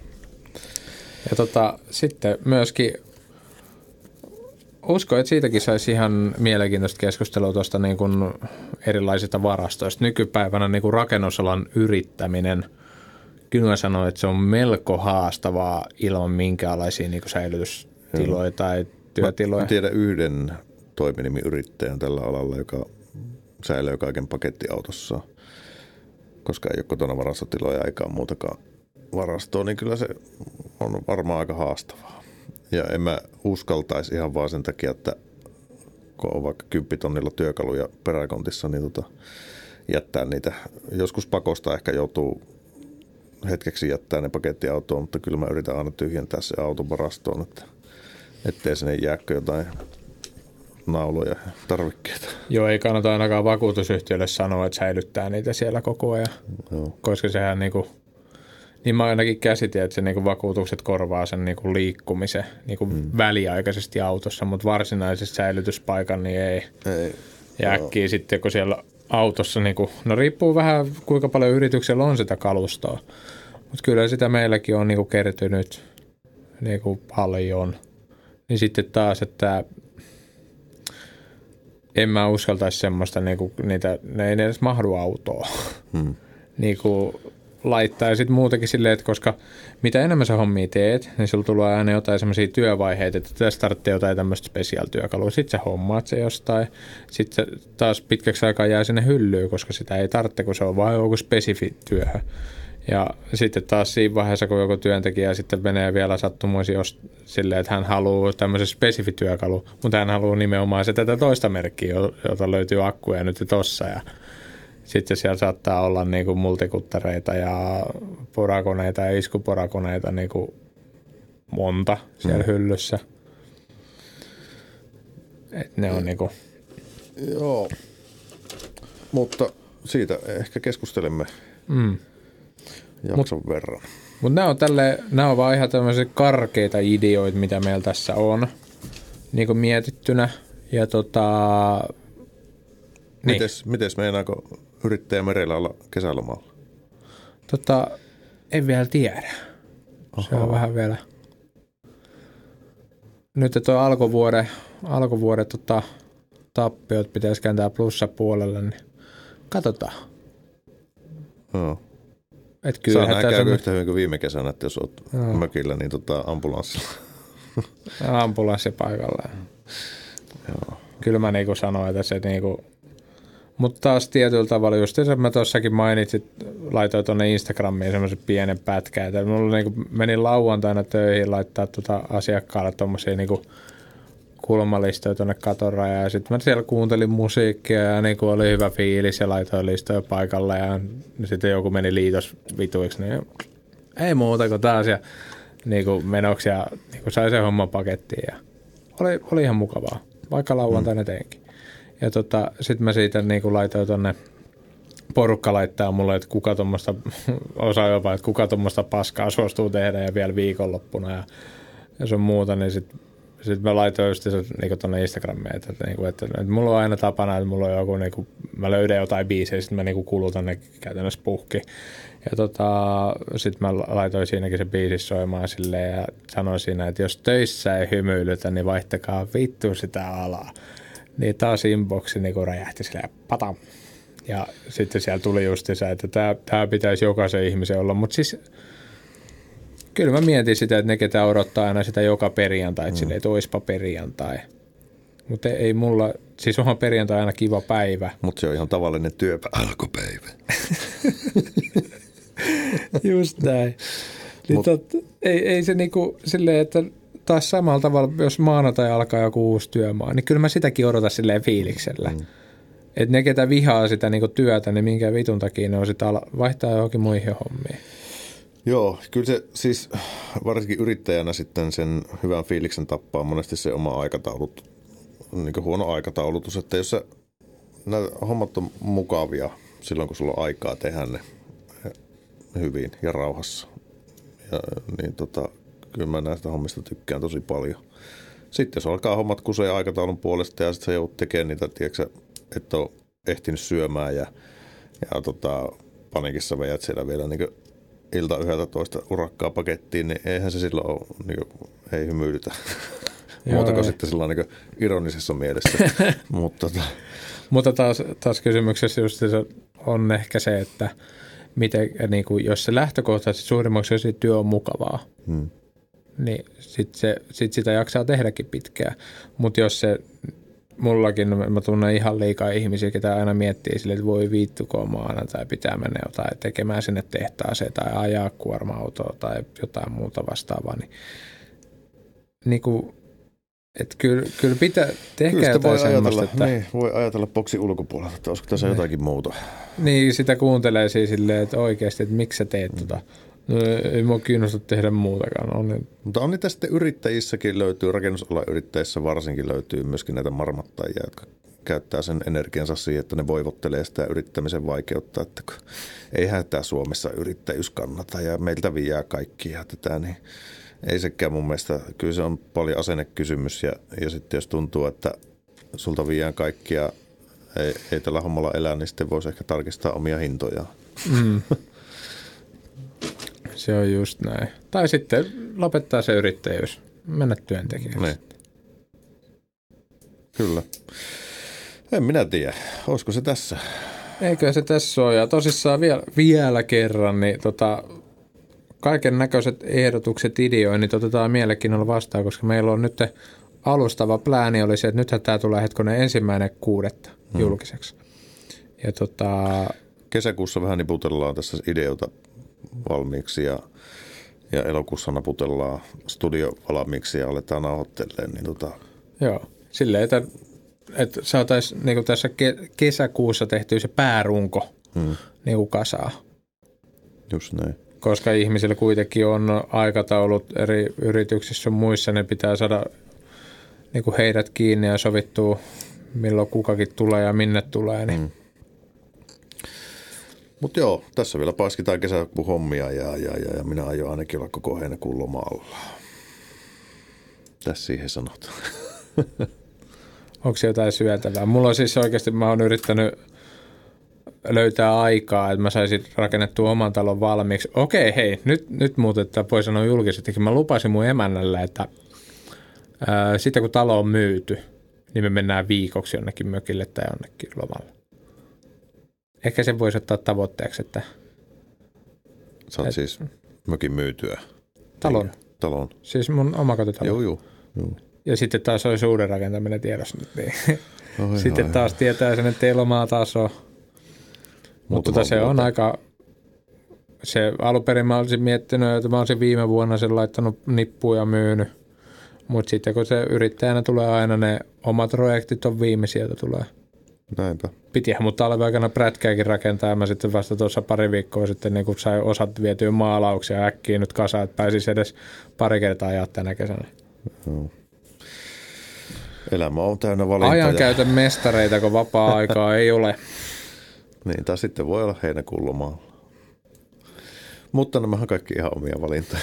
Ja sitten myöskin uskon, että siitäkin saisi ihan mielenkiintoista keskustelua tuosta niin kuin erilaisista varastoista. Nykypäivänä niin kuin rakennusalan yrittäminen, kyllä mä sanoin, että se on melko haastavaa ilman minkäänlaisia niin kuin säilytystiloja tai työtiloja. Mä tiedän yhden toiminimiyrittäjän tällä alalla, joka säilyy kaiken pakettiautossa, koska ei ole kotona varastotiloja eikä muutakaan varastoa, niin kyllä se on varmaan aika haastavaa. Ja en mä uskaltaisi ihan vaan sen takia, että kun on vaikka 10 tonnilla työkaluja peräkontissa, niin jättää niitä. Joskus pakosta ehkä joutuu hetkeksi jättää ne pakettiautoon, mutta kyllä mä yritän aina tyhjentää se auton varastoon, ettei sinne jääkö jotain nauloja ja tarvikkeita. Joo, ei kannata ainakaan vakuutusyhtiölle sanoa, että säilyttää niitä siellä koko ajan, koska sehän niin mä ainakin käsitin, että se vakuutukset korvaa sen liikkumisen väliaikaisesti autossa, mutta varsinaisesti säilytyspaikan niin ei. Ja äkkiä sitten, kun siellä autossa, no riippuu vähän kuinka paljon yrityksellä on sitä kalustoa, mutta kyllä sitä meilläkin on kertynyt paljon. Niin sitten taas, että en mä uskaltaisi semmoista, ne ei edes mahdu autoon. Laittaa ja sitten muutenkin silleen, että koska mitä enemmän sä hommia teet, niin sulla tulee aina jotain semmoisia työvaiheita, että tässä tarvitsee jotain tämmöistä spesiaalityökalua. Sitten sä hommaat se jostain, sitten taas pitkäksi aikaa jää sinne hyllyyn, koska sitä ei tarvitse, kun se on vain joku spesifi työhön. Ja sitten taas siinä vaiheessa, kun joku työntekijä sitten menee vielä sattumoisin silleen, että hän haluaa tämmöisen spesifityökalu, mutta hän haluaa nimenomaan se tätä toista merkkiä, jota löytyy akkuja nyt tossa ja sitten siellä saattaa olla multikuttareita ja porakoneita ja iskuporakoneita monta siellä hyllyssä. Et ne on Joo, mutta siitä ehkä keskustelemme jakson verran. Mutta nämä on vaan ihan tämmöisiä karkeita ideoita, mitä meillä tässä on mietittynä. Ja niin. Mites meinaako yrittäjä merellä olla kesälomalla? En vielä tiedä. Se on vähän vielä. Nyt tuo alkuvuoden tappiot pitäisi kääntää plussapuolelle, niin katsotaan. Joo. Saa näkääkö yhtä hyvin kuin viime kesänä, että jos olet mökillä, niin ambulanssilla. Ambulanssi paikalla. Joo. Kyllä mä sanoin, että se Mutta taas tietyllä tavalla, just mä tuossakin mainitsin, laitoin tuonne Instagramiin semmoisen pienen pätkän, että mulla niinku meni lauantaina töihin laittaa asiakkaalle tuommoisia niinku kulmalistoja tuonne katorajaan ja sitten mä siellä kuuntelin musiikkia ja niinku oli hyvä fiilis ja laitoin listoja paikalle ja sitten joku meni liitos vituiksi, niin ei muuta kuin taas ja niinku menoksi ja niinku sai sen homman pakettiin ja oli ihan mukavaa, vaikka lauantaina teinkin. Ja sitten mä siitä niinku laitoin tonne, porukka laittaa mulle, että kuka tuommoista, osaa jopa, että kuka tuommoista paskaa suostuu tehdä ja vielä viikonloppuna ja sun muuta, niin sitten mä laitoin just niinku tonne Instagramiin, että mulla on aina tapana, että mulla on joku, niinku, mä löydän jotain biisejä ja sitten mä niinku kulutan ne käytännössä puhki. Ja sitten mä laitoin siinäkin se biisi soimaan silleen ja sanoin siinä, että jos töissä ei hymyilytä, niin vaihtakaa vittu sitä alaa. Niin taas inboxi niinku räjähti silleen patam. Ja sitten siellä tuli justiinsa, että tämä pitäisi jokaisen ihmisen olla. Mutta siis kyllä mä mietin sitä, että ne ketä odottaa aina sitä joka perjantai, että silleen, että oispa perjantai. Mutta ei mulla, siis onhan perjantai aina kiva päivä. Mutta se on ihan tavallinen alkupäivä. Just näin. Ei se niinku silleen, että taas samalla tavalla, jos maanantai alkaa joku uusi työmaa, niin kyllä mä sitäkin odotan silleen fiiliksellä. Että ne, ketä vihaa sitä niinku työtä, niin minkä vitun takia ne on sitä vaihtaa johonkin muihin hommiin. Joo, kyllä se siis varsinkin yrittäjänä sitten sen hyvän fiiliksen tappaa monesti se oma aikataulut, niin kuin huono aikataulutus, että jos nämä hommat on mukavia silloin, kun sulla on aikaa tehdä ne hyvin ja rauhassa, niin kyllä mä näistä hommista tykkään tosi paljon. Sitten jos alkaa hommat kusee aikataulun puolesta ja sitten sä joudut tekemään niitä, tiedätkö, et ole ehtinyt syömään ja panikissa vejät siellä vielä niin ilta 11 urakkaa pakettiin, niin eihän se silloin ole, niin kuin, ei hymyilytä. Muuta kuin sitten silloin niin ironisessa mielessä. Mutta taas kysymyksessä just se on ehkä se, että miten, niin kuin, jos se lähtökohtaisesti suurimmaksi osin työ on mukavaa, niin sit sitä jaksaa tehdäkin pitkään. Mutta jos se, mullakin, mä tunnen ihan liikaa ihmisiä, ketä aina miettii sille, että voi viittukoon maana tai pitää mennä jotain tekemään sinne tehtaaseen tai ajaa kuorma-autoa tai jotain muuta vastaavaa, niin kuin, että kyllä pitää tehdä jotain semmoista. Että niin, voi ajatella boksin ulkopuolelta, että olisiko tässä jotakin muuta. Niin, sitä kuuntelee siis silleen, että oikeasti, että miksi sä teet No, ei mua kiinnosta tehdä muutakaan. Mutta on niitä sitten yrittäjissäkin löytyy, rakennusalan yrittäjissä varsinkin löytyy myöskin näitä marmattajia, jotka käyttää sen energiansa siihen, että ne voivottelee sitä yrittämisen vaikeutta, että eihän tämä Suomessa yrittäjyys kannata ja meiltä viiää kaikkia tätä, niin ei sekään mun mielestä, kyllä se on paljon asennekysymys ja sitten jos tuntuu, että sulta viiään kaikkia, ei tällä hommalla elää, niin sitten voisi ehkä tarkistaa omia hintojaan. Se on just näin. Tai sitten lopettaa se yrittäjyys, mennä työntekijäksi. Niin. Kyllä. En minä tiedä. Olisiko se tässä? Eikö se tässä ole. Ja tosissaan vielä kerran, niin kaiken näköiset ehdotukset, ideoinnit otetaan mielenkiinnolla vastaan, koska meillä on nyt alustava plääni oli se, että nythän tämä tulee 1.6. julkiseksi. Ja kesäkuussa vähän niputellaan tässä ideota valmiiksi ja elokuussa naputellaan studio valmiiksi ja aletaan nauhoittelemaan. Niin Joo, silleen, että saataisiin niin tässä kesäkuussa tehtyä se päärunko niin kasaa. Just näin. Koska ihmisillä kuitenkin on aikataulut eri yrityksissä ja muissa, ne pitää saada niin heidät kiinni ja sovittua, milloin kukakin tulee ja minne tulee. Niin. Mutta joo, tässä vielä paiskitaan kesäkuun hommia ja minä aion ainakin olla koko heinäkuun lomalla. Tässä siihen sanotaan. Onko se jotain syötävää? Mulla on siis oikeasti, mä oon yrittänyt löytää aikaa, että mä saisin rakennettua oman talon valmiiksi. Okei, hei, nyt muuten voi sanoa julkisestikin. Mä lupasin mun emännälle, että sitten kun talo on myyty, niin me mennään viikoksi jonnekin mökille tai jonnekin lomalle. Ehkä se voisi ottaa tavoitteeksi, että Saat siis mökin myytyä. Talon. Siis mun omakotitalo. Joo. Ja sitten taas olisi uuden rakentaminen tiedossa nyt. Niin. Sitten taas tietää sen, että ei lomaa taas ole. Mutta se on aika... Se alunperin mä olisin miettinyt, että mä olisin viime vuonna sen laittanut nippuun ja myynyt. Mutta sitten kun se yrittäjänä tulee aina, ne omat projektit on viimeisiä, tulee. Näinpä. Pitihän mun talveaikana prätkääkin rakentaa. Mä sitten vasta tuossa pari viikkoa sitten niin kun sai osat vietyä maalauksia äkkiä nyt kasaan, että pääsis edes pari kertaa ajaa tänä kesänä. Elämä on täynnä valintoja. Ajankäytön mestareita, kun vapaa-aikaa ei ole. Niin, tai sitten voi olla heinäkuun lomalla. Mutta nämähän kaikki ihan omia valintoja.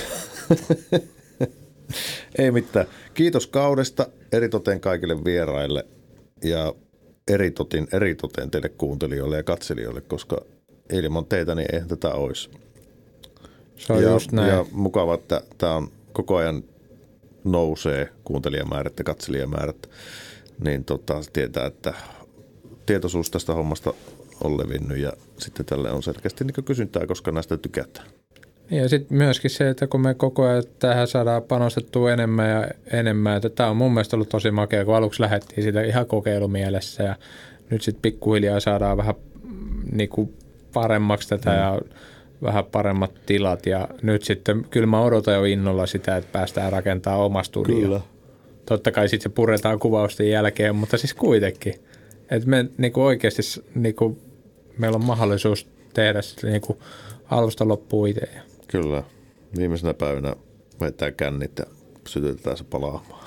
Ei mitään. Kiitos kaudesta eritoten kaikille vieraille ja eritoten teille kuuntelijoille ja katselijoille, koska ilman teitä niin eihän tätä olisi. Se on just näin. Ja mukava, että tämä on koko ajan nousee kuuntelijamäärät ja katselijamäärät, niin tietää, että tietoisuus tästä hommasta on levinnyt ja sitten tälle on selkeästi niin kysyntää, koska näistä tykätään. Ja sitten myöskin se, että kun me koko ajan tähän saadaan panostettua enemmän ja enemmän, että tämä on mun mielestä ollut tosi makea, kun aluksi lähdettiin siitä ihan kokeilumielessä ja nyt sitten pikkuhiljaa saadaan vähän niin kuin paremmaksi tätä ja vähän paremmat tilat ja nyt sitten kyllä mä odotan jo innolla sitä, että päästään rakentamaan oma studio. Kyllä. Totta kai sitten se puretaan kuvausten jälkeen, mutta siis kuitenkin, että me niin kuin oikeasti niin kuin meillä on mahdollisuus tehdä sitten niin kuin alusta loppuun itse. Kyllä. Viimeisenä päivänä vetää kännit ja sytytetään se palaamaan.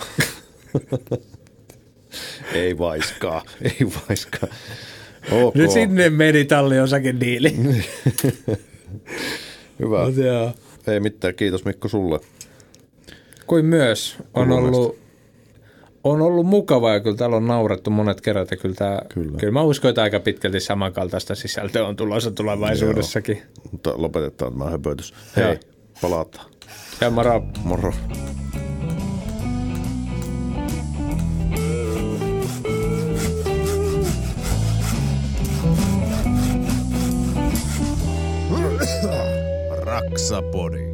Ei vaiskaa. Okay. Nyt sinne meni talliosakediili. Hyvä. Ei mitään. Kiitos Mikko sulle. Kuin myös on ollut mukavaa ja kyllä täällä on naurettu monet kerrat ja kyllä mä uskon, että aika pitkälti samankaltaista sisältöä on tulossa tulevaisuudessakin. Joo, mutta lopetetaan tämä höpötys. Hei, palataan. Ja moro. Moro. Raksapodi.